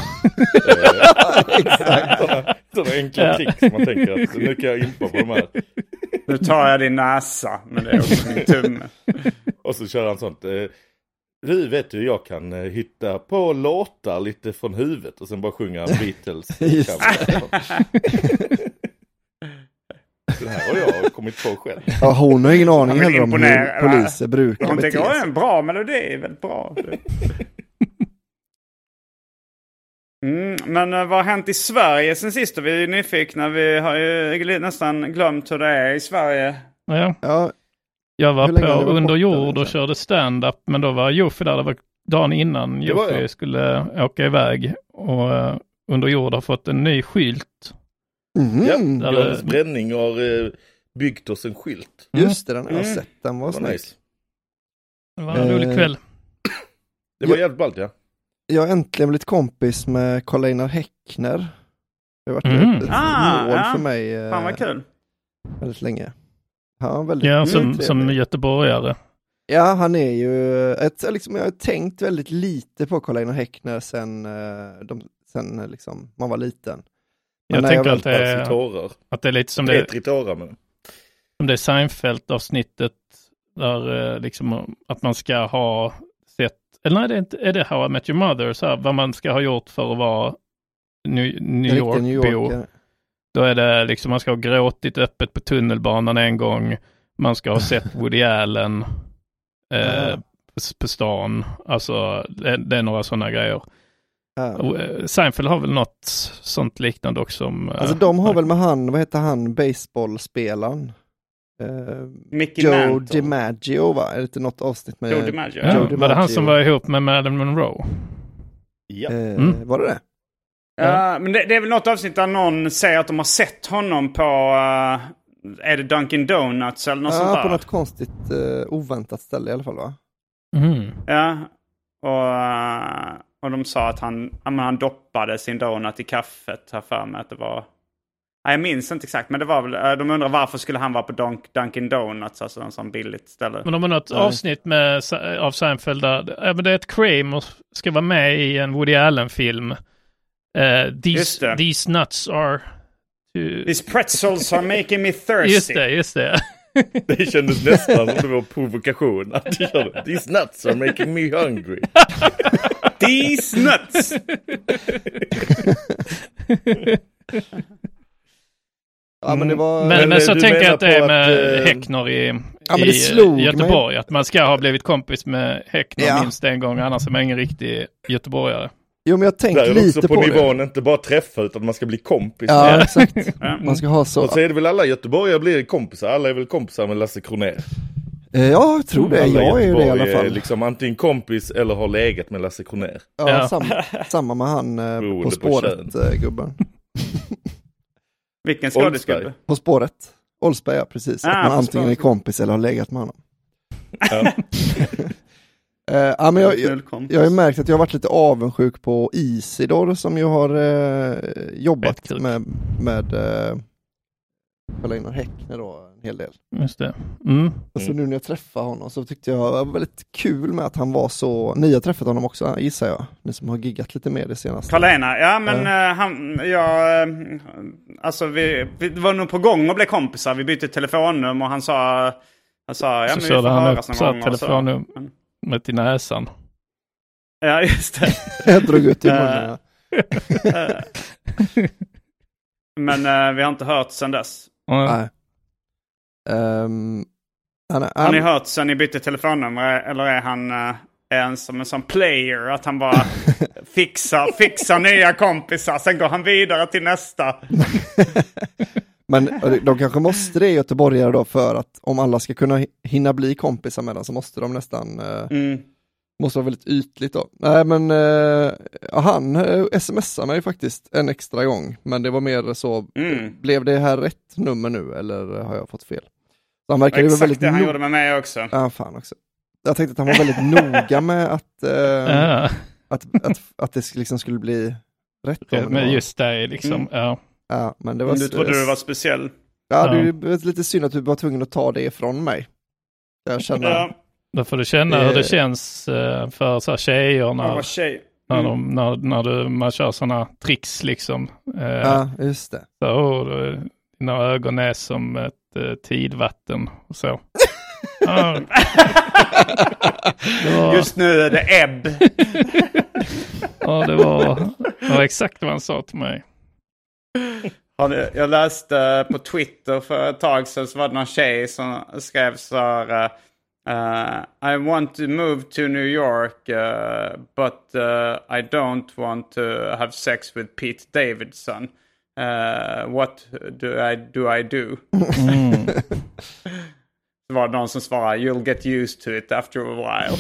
Exakt. Sådana enkla tricks som man tänker att nu kan jag impa på de här. Nu tar jag din näsa, men det är också min tumme. Och så kör han sånt. Du vet du, jag kan hitta på låtar lite från huvudet och sen bara sjunga Beatles. Det här har jag kommit på själv. Ja, hon har ingen aning heller om hur poliser brukar hon bete sig. Hon tänker, en bra melodi, väldigt bra. Men vad har hänt i Sverige sen sist? Vi är på vi har ju nästan glömt hur det är i Sverige. Ja. Jag var på Under jord och körde stand-up, men då var Joffe där. Det var dagen innan Joffe skulle åka iväg. Och Under jord har fått en ny skylt. Ja, Johannes Bränning har byggt oss en skylt. Just det, den har jag sett. Den var snygg. Nice. Det var en rolig kväll. Det var jävligt ballt, ja. Jag har äntligen blivit kompis med Karl-Einar Häckner. Det har varit ett mål för mig. Fan vad kul. Väldigt länge. Ja, väldigt som göteborgare. Ja, han är ju liksom, jag har tänkt väldigt lite på Karl-Einar Häckner sen liksom man var liten. Men jag tänker att det är lite som som det Seinfeld-avsnittet där liksom att man ska ha sett, eller nej, är det How I Met Your Mother, så här, vad man ska ha gjort för att vara New York-bo. Då är det liksom, man ska ha gråtit öppet på tunnelbanan en gång, man ska ha sett Woody Allen på stan, alltså det är några sådana grejer. Seinfeld har väl något sånt liknande också. Alltså de har väl med han, vad heter han, baseballspelaren? Joe DiMaggio, va? Är det inte något avsnitt med Joe DiMaggio? Ja, var det han som var ihop med Marilyn Monroe? Ja. Var det? Men det är väl något avsnitt där någon säger att de har sett honom på är det Dunkin' Donuts eller något sånt där? På något konstigt oväntat ställe i alla fall, va? Ja, och de sa att han doppade sin donut i kaffet här för mig att det var... Nej, jag minns inte exakt, men det var väl... De undrar varför skulle han vara på Dunkin' Donuts, alltså en sån billigt ställe. Men de har något avsnitt av Seinfeld där det är ett Kramer ska vara med i en Woody Allen-film. These nuts are... These pretzels are making me thirsty. Just det. Det kändes nästan som det var provokation. These nuts are making me hungry. These nuts! Ja, men det var... men så tänker jag att det är med Häckner i Göteborg. Att man ska ha blivit kompis med Häckner minst en gång, annars är man ingen riktig göteborgare. Jo, men jag tänker lite också på nivån, det. inte bara träffa utan man ska bli kompis. Ja, exakt. Man ska ha så. Och så är det väl alla göteborgare blir kompisar. Alla är väl kompisar med Lasse Kronér. Ja, jag tror det. Jag är ju det i alla fall. Är liksom antingen kompis eller har legat med Lasse Kronér. Ja. Samma med han på spåret, gubben. Vilken skådespelare? På spåret. Oldsberg, ja, precis. Att man antingen är kompis eller har legat med honom. Ja. Men jag har ju märkt att jag har varit lite avundsjuk på Isidor som ju har jobbat med Carl-Einar Häckner då en hel del. Just det. Och så nu när jag träffade honom så tyckte jag det var väldigt kul med att han var så... Ni har träffat honom också, gissar jag. Ni som har giggat lite mer det senaste. Carl-Einar, ja men alltså vi var nog på gång att bli kompisar. Vi bytte telefonnummer och han sa ja men vi får höras någon gång. Telefonnumret i näsan. Ja, just det. Jag drog ut i munnen. Men vi har inte hört sedan dess. Nej. Har ni hört sen ni bytte telefonnummer? Eller är han som en sån player? Att han bara fixar nya kompisar. Sen går han vidare till nästa. Men de kanske måste det göteborgare då, för att om alla ska kunna hinna bli kompisar med dem så måste de nästan... Måste vara väldigt ytligt då. Nej, men han smsade mig faktiskt en extra gång. Men det var mer så, blev det här rätt nummer nu eller har jag fått fel? Så han verkade exakt väldigt det han gjorde med mig också. Ja, fan också. Jag tänkte att han var väldigt noga med att det liksom skulle bli rätt. Men just det liksom, ja. Men det var... Du trodde du var speciell. Ja, det var lite synd att du var tvungen att ta det ifrån mig. Jag känner... Ja. Då får du känna hur det känns för så här tjejer när man kör sådana tricks liksom. Ja, just det. Så dina ögon är som ett tidvatten och så. Just nu är det ebb. Ja, det var exakt vad han sa till mig. Jag läste på Twitter för ett tag sedan, så var det någon tjej som skrev så här... I want to move to New York, but I don't want to have sex with Pete Davidson. What do I do? Det var någon som svarade, you'll get used to it after a while.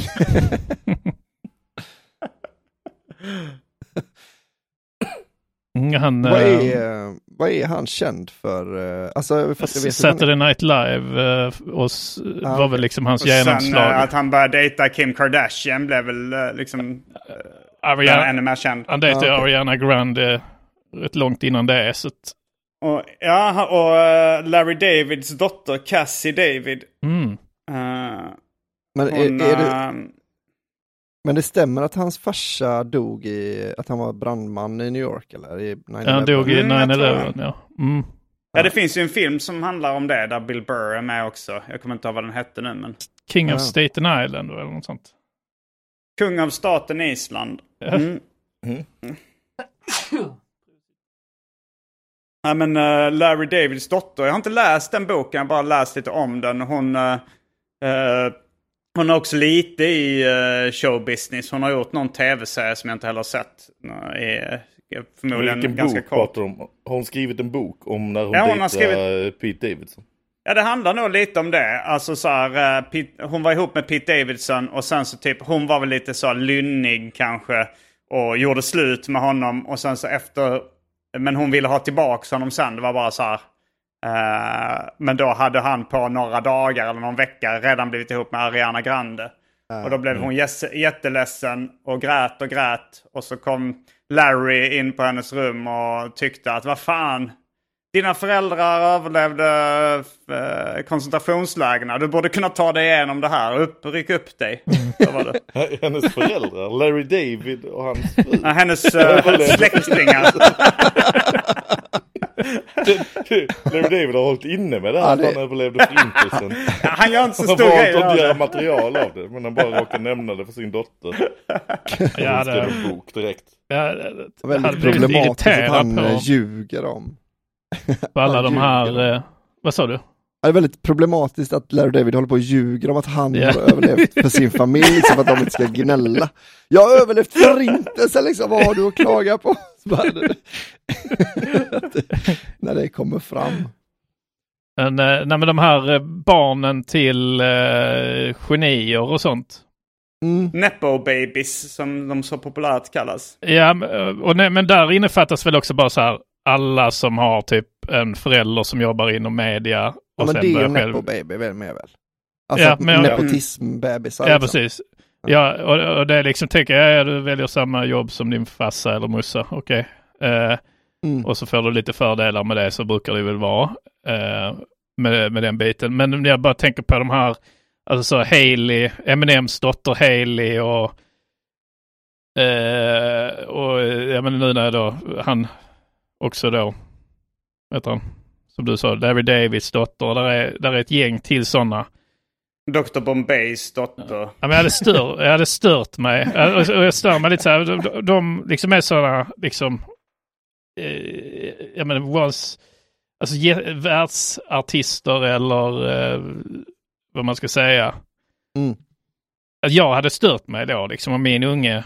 Vad är han känd för? Alltså, Saturday Night Live var väl liksom hans genomslag. Att han började dejta Kim Kardashian blev väl liksom ännu mer känd. Han dejtade Ariana Grande rätt långt innan det. Så och Larry Davids dotter Cassie David. Men det stämmer att hans farsa dog att han var brandman i New York eller i 9/11? Han dog i 9/11, ja. Ja, det finns ju en film som handlar om det där Bill Burr är med också. Jag kommer inte ihåg vad den hette nu, men... King of Staten Island eller något sånt. Kung av staten Island. Ja, men Larry Davids dotter. Jag har inte läst den boken, jag har bara läst lite om den. Hon har också lite i showbusiness. Hon har gjort någon tv-serie som jag inte heller har sett. Förmodligen ganska kort. Har hon skrivit en bok om när hon dejtade Pete Davidson? Ja, det handlar nog lite om det. Alltså så här, hon var ihop med Pete Davidson och sen så typ, hon var väl lite så lynnig kanske och gjorde slut med honom och sen så efter, men hon ville ha tillbaka honom sen. Det var bara så här, men då hade han på några dagar eller någon vecka redan blivit ihop med Ariana Grande. Och då blev hon jätteledsen och grät. Och så kom Larry in på hennes rum och tyckte att vad fan, dina föräldrar överlevde koncentrationslägren. Du borde kunna ta dig igenom det här. Ryck upp dig. Så var det. Hennes föräldrar, Larry David och hans fru. Ja, hennes släktingar. Larry David har hållit inne med det här. Han överlevde förintelsen. Ja, han gör inte så stor grej. Han har valt att göra göra material av det. Men han bara råkar nämna det för sin dotter. Ja, det är en bok direkt. Ja, väldigt problematiskt att han ljuger om. På alla de här... vad sa du? Det är väldigt problematiskt att Larry David håller på och ljuger om att han har överlevt för sin familj, liksom, att de inte ska gnälla. Jag har överlevt förintelsen, liksom, vad har du att klaga på? När det kommer fram. Nej, men de här barnen till genier och sånt. Nepo babies, som de så populärt kallas. Ja, men där innefattas väl också bara så här, alla som har typ en förälder som jobbar inom media. Ja, men det är ju Nepo baby väl med väl? Alltså nepotism-bebisar. Ja, precis. Ja, och det är liksom, tänker jag, du väljer samma jobb som din farsa eller mussa, okej. Och så får du lite fördelar med det, så brukar det väl vara med den biten. Men jag bara tänker på de här, alltså så Hailey, Eminems dotter Hailey och jag menar nu när då han också då, vet han, som du sa, Larry Davids dotter, där är ett gäng till sådana. Dr. Bombays dotter. Ja, men jag hade stört mig. Och jag stör mig lite så här, de liksom är sådana liksom jag menar alltså världsartister eller vad man ska säga. Att jag hade stört mig då liksom, om min unge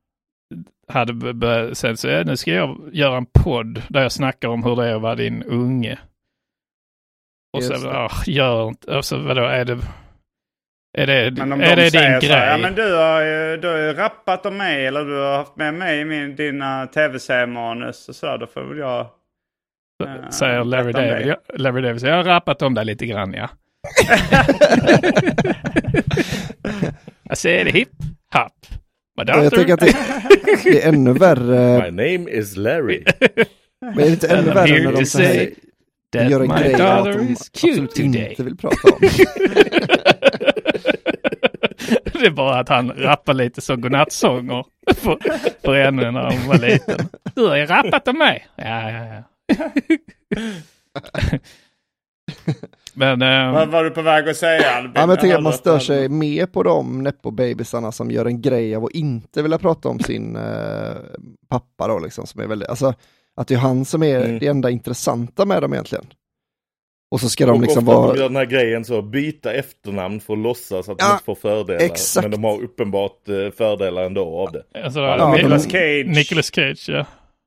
hade sagt så nu ska jag göra en podd där jag snackar om hur det är att vara din unge. Och så gör inte, alltså vadå, är det din grej? Ja, men du har rappat om mig, eller du har haft med mig i dina tv-seriemanus och så, då får väl jag säger Larry David. Larry David, jag har rappat om dig lite grann, ja. Jag säger det hip-hop. Jag tänker att det är ännu värre. My name is Larry. Men är det inte ännu värre när de säger gör en grej att de absolut inte vill prata om? Det är bara att han rappar lite så godnattsånger för henne när hon var liten. Du har ju rappat om mig. Ja. Men, vad var du på väg att säga, Albin? Ja, men jag tänker att man stör sig mer på de nepo-babysarna som gör en grej av att inte vilja prata om sin pappa då, liksom, som är väldigt, alltså att det är han som är det enda intressanta med dem egentligen. Och så ska de liksom vara... De gör den här grejen så, byta efternamn för att låtsas att de inte får fördelar. Exakt. Men de har uppenbart fördelar ändå av det. Alltså, Nicolas Cage, ja.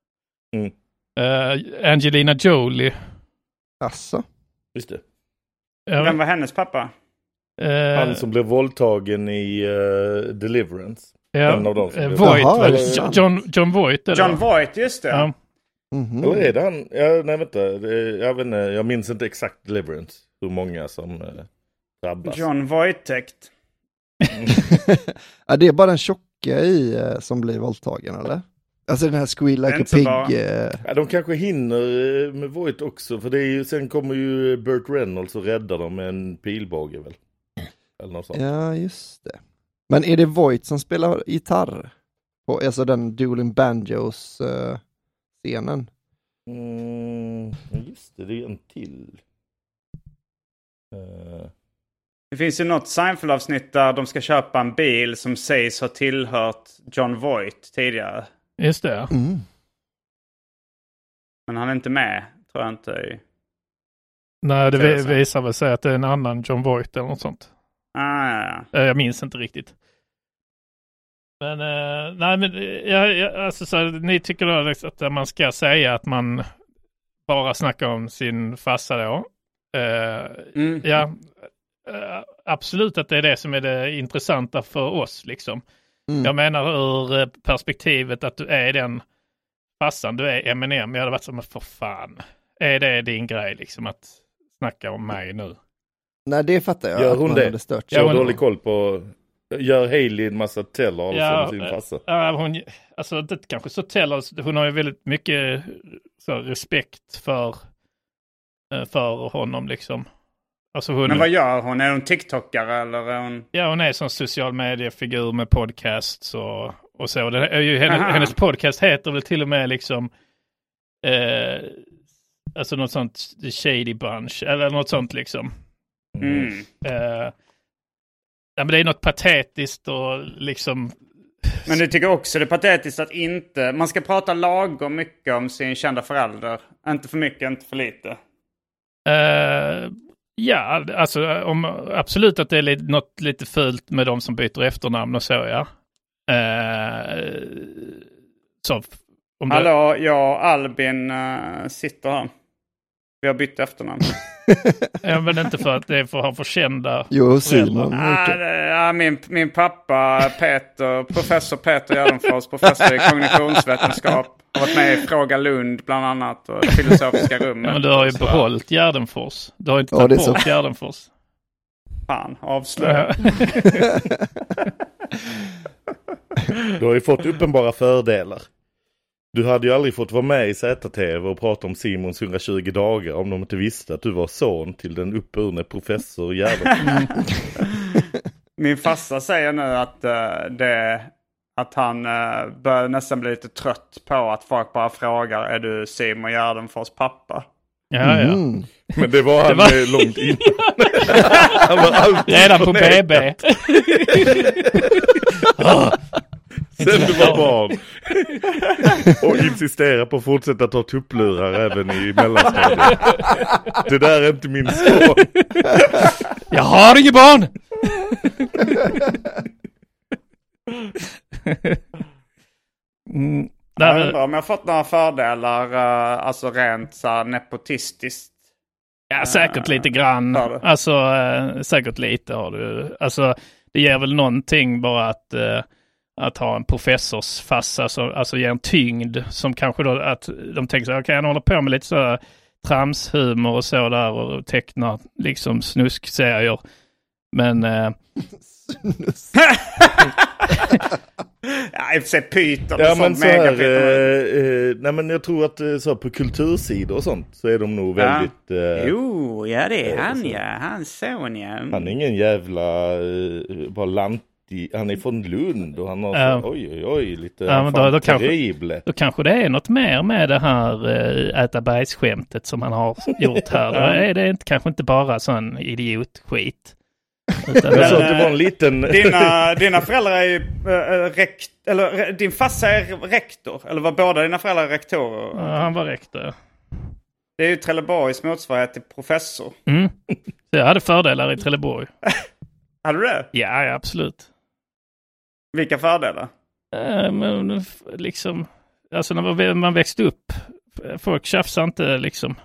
Angelina Jolie. Asså? Just det. Vem var hennes pappa? Han som blev våldtagen i Deliverance. Ja. En av dem som Voight, John Voight. Eller? John Voight, just det. Ja. Eller är det han? Nej, vänta. Jag vet inte, jag minns inte exakt Deliverance. Hur många som drabbas. John Voight-täckt. Ja, det är bara den tjocka i som blir våldtagen, eller? Alltså den här Squeal Like a Pig. Ja, de kanske hinner med Voight också. För det är ju, sen kommer ju Burt Reynolds och räddar dem med en pilbåge väl. Eller något sånt. Ja, just det. Men är det Voight som spelar gitarr? På, alltså den Dueling Banjos scenen? Just det, det är en till. Det finns ju något Seinfeld-avsnitt där de ska köpa en bil som sägs ha tillhört John Voight tidigare. Just det. Men han är inte med, tror jag inte. Nej, det visar väl sig att det är en annan John Voight eller något sånt. Ja. Jag minns inte riktigt. Men, nej, men alltså, så, ni tycker då att man ska säga att man bara snackar om sin farsa då. Absolut att det är det som är det intressanta för oss liksom. Jag menar ur perspektivet att du är den farsan, du är Eminem. Jag hade varit som, för fan, är det din grej liksom att snacka om mig nu? Nej, det fattar jag. Gör hon det? Jag har dålig koll på. Gör Hailey en massa tell-all som sin farsa? Hon, alltså det kanske så tell-all. Hon har ju väldigt mycket så, respekt för honom liksom. Alltså men vad gör hon? Är hon TikTokare eller är hon... Ja, hon är som social mediefigur med podcasts och så. Det är ju hennes podcast heter väl till och med liksom alltså något sånt The Shady Bunch eller något sånt liksom. Men det är något patetiskt och liksom... Men du tycker också det är patetiskt att inte... Man ska prata lagom mycket om sin kända förälder. Inte för mycket, inte för lite. Ja, alltså absolut att det är något lite fult med de som byter efternamn och så, ja. Så, hallå, jag och Albin sitter här. Vi har bytt efternamn. Ja, men inte för att det är för att ha förkända föräldrar. Min pappa professor Peter Gärdenfors, professor i kognitionsvetenskap, har varit med i Fråga Lund bland annat och filosofiska rummet. Ja, men du har ju behållit Gärdenfors. Du har inte tagit bort Gärdenfors. Fan, avslöja. Du har ju fått uppenbara fördelar. Du hade ju aldrig fått vara med i ZTV och prata om Simons 120 dagar om de inte visste att du var son till den uppburne professor Gärdenfors. Min farsa säger nu att han börjar nästan bli lite trött på att folk bara frågar, är du Simon Gärdenfors pappa? Ja. Men det var han långt innan. Han var alltid redan på BB. Sen du var barn. Och insistera på att fortsätta ta tupplurar även i mellanstadiet. Det där är inte min son. Jag har inget barn. Jag undrar om jag har fått några fördelar, alltså rent så här nepotistiskt. Ja, säkert lite grann. Alltså, säkert lite har du. Alltså, det ger väl någonting bara att ha en professorsfassa som alltså ger en tyngd som kanske då att de tänker så här, okej, han håller på med lite så tramshumor och så där och tecknar liksom snuskserier. Men ja, i och för sig Python och sånt mega nej, men jag tror att så på kultursidor och sånt så är de nog väldigt jo, ja det är han, hans son, ja. Han är ingen jävla bara lantig, han är från Lund och han har så, oj lite då kanske det är något mer med det här äta bergsskämtet som han har gjort här. Då är det kanske inte bara sån idiotskit. Jag sa att det var en liten... Dina föräldrar är ju eller din farsa är rektor. Eller var båda dina föräldrar rektorer? Ja, han var rektor. Det är ju Trelleborgs motsvarighet till professor. Så jag hade fördelar i Trelleborg. Hade du det? Ja, absolut. Vilka fördelar? Men liksom... Alltså när man växte upp, folk tjafsar inte liksom...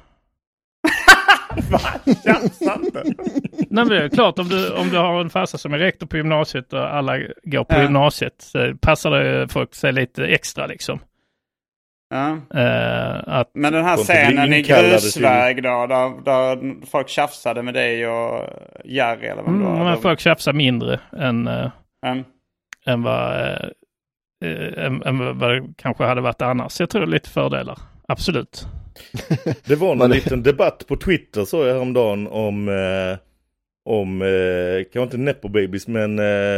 Nej, men det är klart om du har en farsa som är rektor på gymnasiet och alla går på gymnasiet så passar det folk sig lite extra liksom. Men den här scenen i Grusväg då där folk tjafsade med dig och Jerry eller vad det var. Men folk tjafsar mindre än vad det kanske hade varit annars. Jag tror det är lite fördelar. Absolut. Det var en liten debatt på Twitter så jag häromdagen om kanske inte Nepo Babies men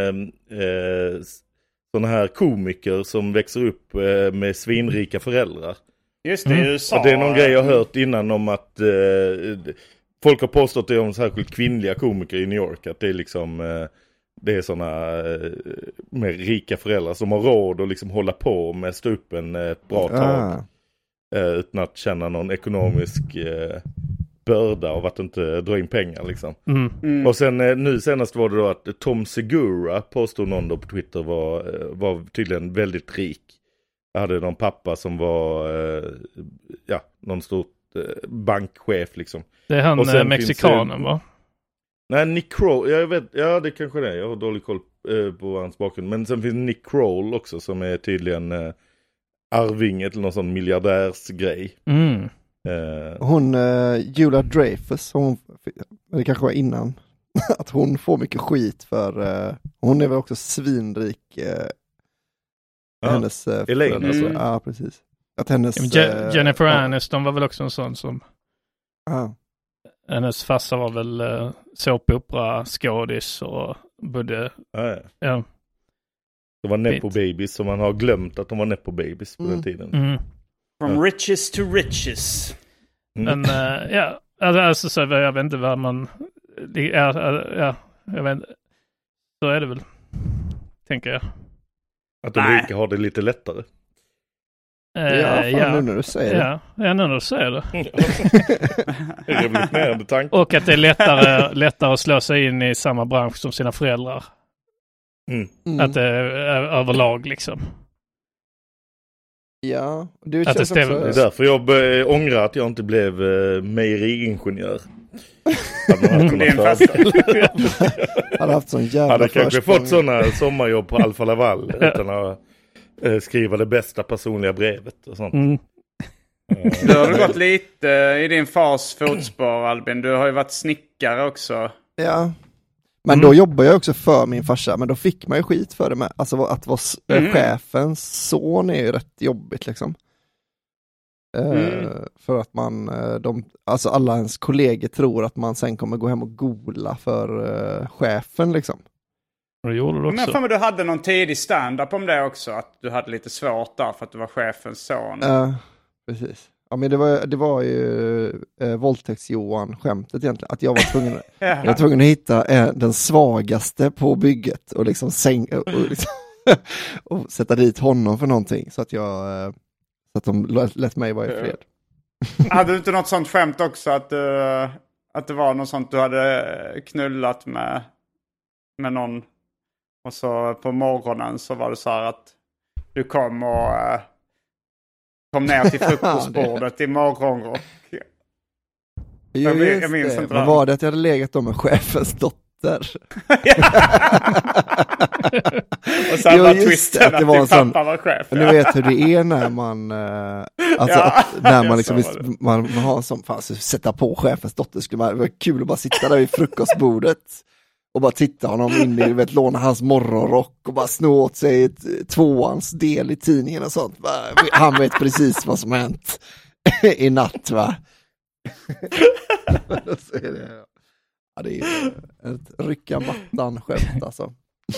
sådana här komiker som växer upp med svinrika föräldrar. Just det, i USA. Och det är någon grej jag har hört innan om att folk har påstått det om särskilt kvinnliga komiker i New York att det är liksom det är sådana med rika föräldrar som har råd att liksom hålla på med stå upp ett bra tag. Utan att känna någon ekonomisk börda av att inte dra in pengar liksom. Och sen nu senast var det då att Tom Segura påstod någon då på Twitter var tydligen väldigt rik. Jag hade någon pappa som var någon stor bankchef liksom. Det är han mexikanen va? Nej, Nick Kroll, jag vet, ja det kanske det är. Jag har dålig koll på hans bakgrund. Men sen finns Nick Kroll också som är tydligen arvinget eller någon sån miljardärsgrej. Hon, Julia Dreyfus, det kanske var innan, att hon får mycket skit för, hon är väl också svinrik, hennes Elaine alltså. Ja, precis. Att hennes, Jennifer Aniston var väl också en sån som hennes farsa var väl såpopera skådis och bodde ja. Det var Nepo Babies som man har glömt att de var Nepo Babies på den tiden. From riches to riches. Men ja, alltså så jag vet inte vad man jag vet inte. Så är det väl, tänker jag. Att de rika har det lite lättare. Nu när du säger det. Ja, nu när du säger det. Revolutionerande tanke. Och att det är lättare att slå sig in i samma bransch som sina föräldrar. Att det är överlag liksom. Ja, det att känns det också... Det är därför jag ångrar att jag inte blev mejeriingenjör. Hade haft sån jävla hade kanske fått sådana sommarjobb på Alfa Laval utan att skriva det bästa personliga brevet och sånt. Du har gått lite i din fars fotspår, Albin. Du har ju varit snickare också. Ja. Men då jobbar jag också för min farsa, men då fick man ju skit för det med. Alltså att vara chefens son är ju rätt jobbigt liksom. För att man, alltså alla ens kollegor tror att man sen kommer gå hem och gola för chefen liksom. Det gjorde du också. Men du hade någon tidig stand-up om det också, att du hade lite svårt där för att du var chefens son. Precis. Ja, men det var ju våldtäkts-Johan-skämtet egentligen. Att jag var tvungen att hitta den svagaste på bygget och liksom och sätta dit honom för någonting så att de lät mig vara i fred. Hade du inte något sånt skämt också att det var något sånt du hade knullat med någon och så på morgonen så var det så här att du kom ner till frukostbordet i morgonrock. Jag minns inte. Vad var det att jag hade legat då med chefens dotter? Och sen var twisten att din pappa var chef. Du vet hur det är när man när man liksom man har som fan så sätta på chefens dotter. Det var kul att bara sitta där vid frukostbordet och bara titta honom in i, låna hans morgonrock och bara snå åt sig tvåans del i tidningen och sånt. Han vet precis vad som hänt i natt, va? Så är det. Ja, det är ett rycka mattan-skämt alltså.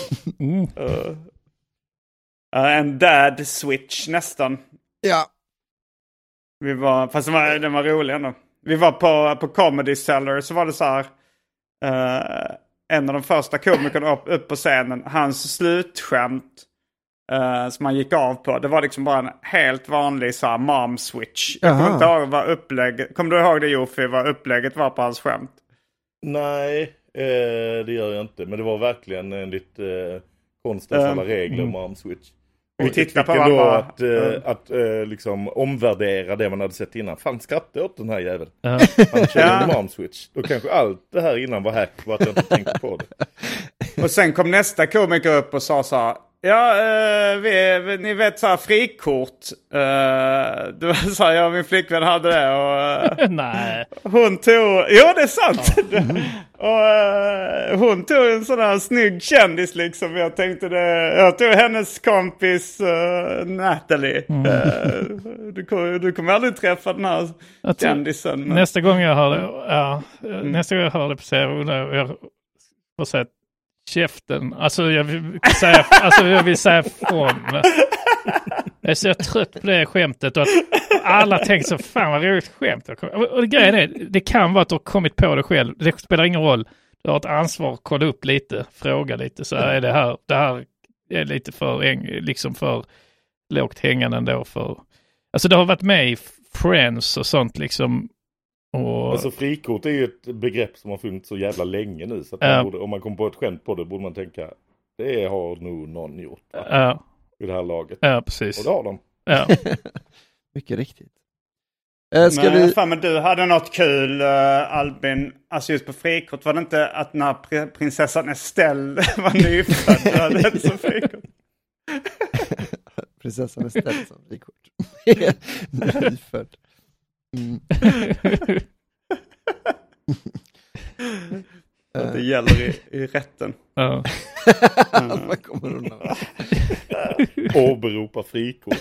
En dad switch nästan. Ja. Fast den var rolig ändå. Vi var på Comedy Cellar, så var det så här. En av de första komikerna upp på scenen, hans slutskämt som han gick av på, det var liksom bara en helt vanlig så här mom switch. Jag kommer inte ihåg vad upplägget. Kommer du ihåg det, Jofi, vad upplägget var på hans skämt? Nej, det gör jag inte. Men det var verkligen enligt konstens alla regler mom switch. Vi tittar på varandra. Att liksom omvärdera det man hade sett innan. Fan, skrattade åt den här jäveln. Han körde mom switch. Då kanske allt det här innan var hack, för att jag inte tänkte på det. Och sen kom nästa komiker upp och sa så här: ni vet så här frikort. Du sa jag min flickvän hade det och nej. Hon tog, jo det är sant. Och hon tog en sån här snygg kändis liksom. Jag tog hennes kompis Natalie. Du kommer aldrig träffa den här kändisen. Men... Nästa gång jag hör det på serien, jag får säga käften. Alltså jag vill säga från. Jag är så trött på det skämtet och att alla tänker så, fan vad roligt skämt. Och grejen är, det kan vara att du har kommit på det själv. Det spelar ingen roll. Du har ett ansvar att kolla upp lite, fråga lite. Så är det här är lite för lågt hängande ändå för. Alltså det har varit med i Friends och sånt liksom. Alltså frikort är ju ett begrepp som har funnits så jävla länge nu. Så att om man kommer på ett skämt på det borde man tänka, det har nog någon gjort i det här laget. Ja, precis. Och det har de. Ja. Mycket riktigt. Men du hade något kul, Albin, alltså just på frikort. Var det inte att när prinsessan Estelle var nyfödd, du hade ett som frikort? Prinsessan Estelle som frikort. Nyfödd. Det gäller i rätten. Ja. Man kommer undan. Åberopa frikort.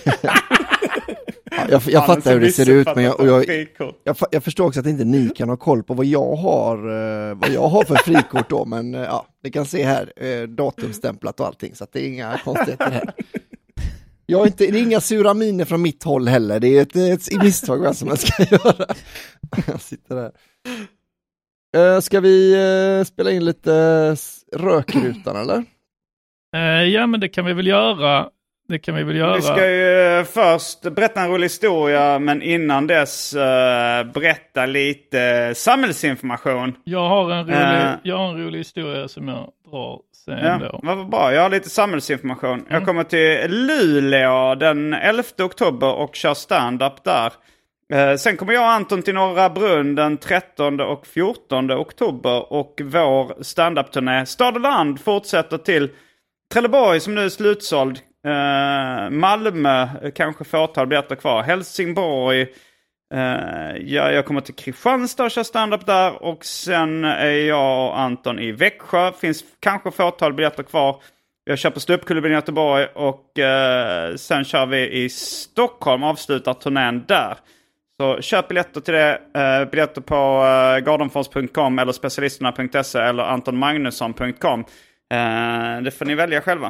Jag fattar hur det ser ut, men jag förstår också att inte ni kan ha koll på vad jag har för frikort då, men ja, ni kan se här datumstämplat och allting, så att det är inga konstigheter här. Det är inga sura miner från mitt håll heller. Det är ett misstag vad som man ska göra. Jag sitter där. Ska vi spela in lite rökrutan eller? Ja, men det kan vi väl göra. Vi ska ju först berätta en rolig historia, men innan dess berätta lite samhällsinformation. Jag har en rolig historia som jag drar sen då. Vad bra, jag har lite samhällsinformation. Jag kommer till Luleå den 11 oktober och kör stand-up där. Sen kommer jag och Anton till Norra Brunn den 13 och 14 oktober, och vår stand-up-turné Stad och Land fortsätter till Trelleborg som nu är slutsåld. Malmö kanske fåtal biljetter kvar. Helsingborg. Jag kommer till Kristianstad och kör stand-up där. Och sen är jag och Anton i Växjö. Finns kanske fåtal biljetter kvar. Jag kör på Ståuppklubben i Göteborg. Och sen kör vi i Stockholm. Avslutar turnén där. Så köp biljetter till det. Biljetter på gardenfors.com eller specialisterna.se eller antonmagnusson.com. Det får ni välja själva.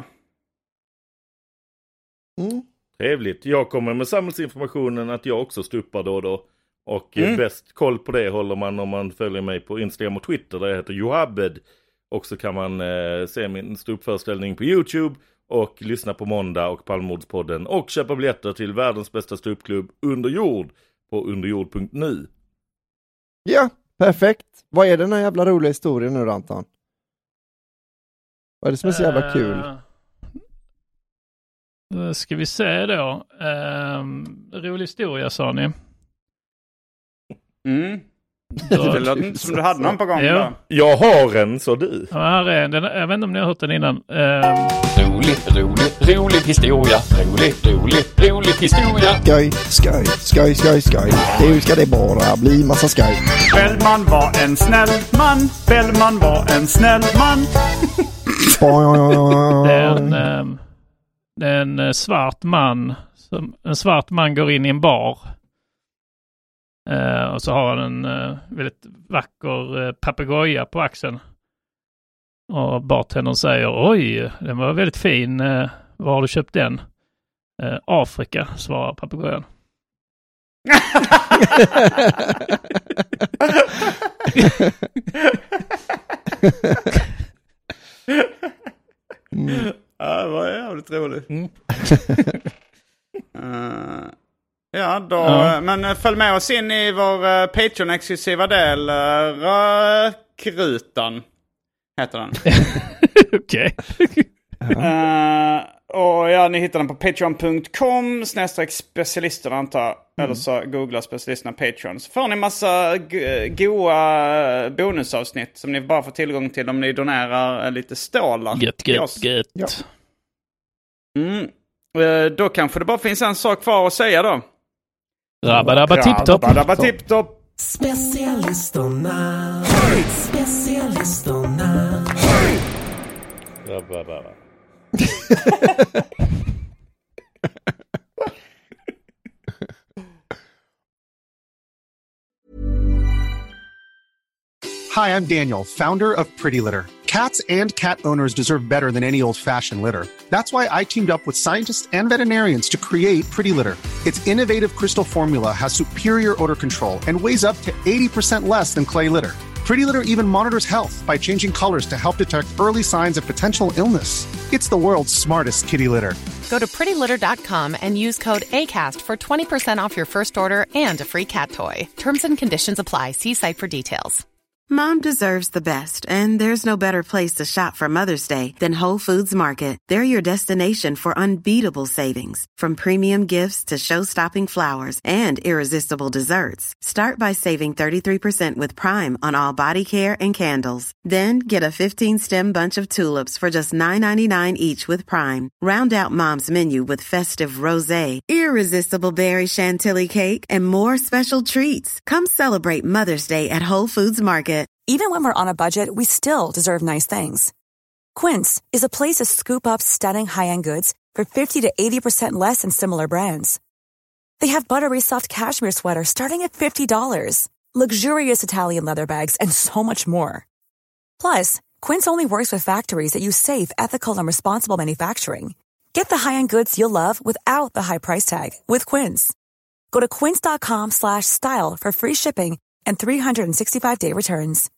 Trevligt. Jag kommer med samhällsinformationen att jag också stupar då och då. Och bäst koll på det håller man om man följer mig på Instagram och Twitter där jag heter Johabed. Och så kan man se min stupföreställning på YouTube och lyssna på Måndag och Palmemordspodden och köpa biljetter till världens bästa stupklubb Under jord på underjord.nu. Ja, perfekt. Vad är den här jävla roliga historien nu, Anton? Vad är det som är så jävla kul? Ska vi se då. Rolig historia, sa ni. Det låter inte som du hade någon på gång. Ja. Jag har en, så du. Ja, här är den. Jag vet inte om ni har hört den innan. Rolig historia. Rolig historia. Skoj. Nu ska det bara bli massa skoj. Bellman var en snäll man. Bellman var en snäll man. Det är en svart man. En svart man går in i en bar. Och så har han en väldigt vacker papegoja på axeln. Och bartendern säger: oj, den var väldigt fin. Var har du köpt den? Afrika, svarar papegojan. Ja, det var jävligt roligt. Ja, då, men följ med oss in i vår Patreon-exklusiva del, Rökrutan heter den. Okej. Och ja, ni hittar den på patreon.com/specialisterna antar. Eller så googla specialisterna Patreon. Så får ni massa goa bonusavsnitt som ni bara får tillgång till om ni donerar lite stålar. Gött. Ja. Då kanske det bara finns en sak kvar att säga då. Rabba tipptopp. Specialisterna. Rabba. Hi, I'm Daniel, founder of Pretty Litter. Cats and cat owners deserve better than any old-fashioned litter. That's why I teamed up with scientists and veterinarians to create Pretty Litter. Its innovative crystal formula has superior odor control and weighs up to 80% less than clay litter. Pretty Litter even monitors health by changing colors to help detect early signs of potential illness. It's the world's smartest kitty litter. Go to prettylitter.com and use code ACAST for 20% off your first order and a free cat toy. Terms and conditions apply. See site for details. Mom deserves the best, and there's no better place to shop for Mother's Day than Whole Foods Market. They're your destination for unbeatable savings, from premium gifts to show-stopping flowers and irresistible desserts. Start by saving 33% with Prime on all body care and candles. Then get a 15-stem bunch of tulips for just $9.99 each with Prime. Round out Mom's menu with festive rosé, irresistible berry chantilly cake, and more special treats. Come celebrate Mother's Day at Whole Foods Market. Even when we're on a budget, we still deserve nice things. Quince is a place to scoop up stunning high-end goods for 50 to 80% less than similar brands. They have buttery soft cashmere sweaters starting at $50, luxurious Italian leather bags, and so much more. Plus, Quince only works with factories that use safe, ethical, and responsible manufacturing. Get the high-end goods you'll love without the high price tag with Quince. Go to quince.com/style for free shipping and 365-day returns.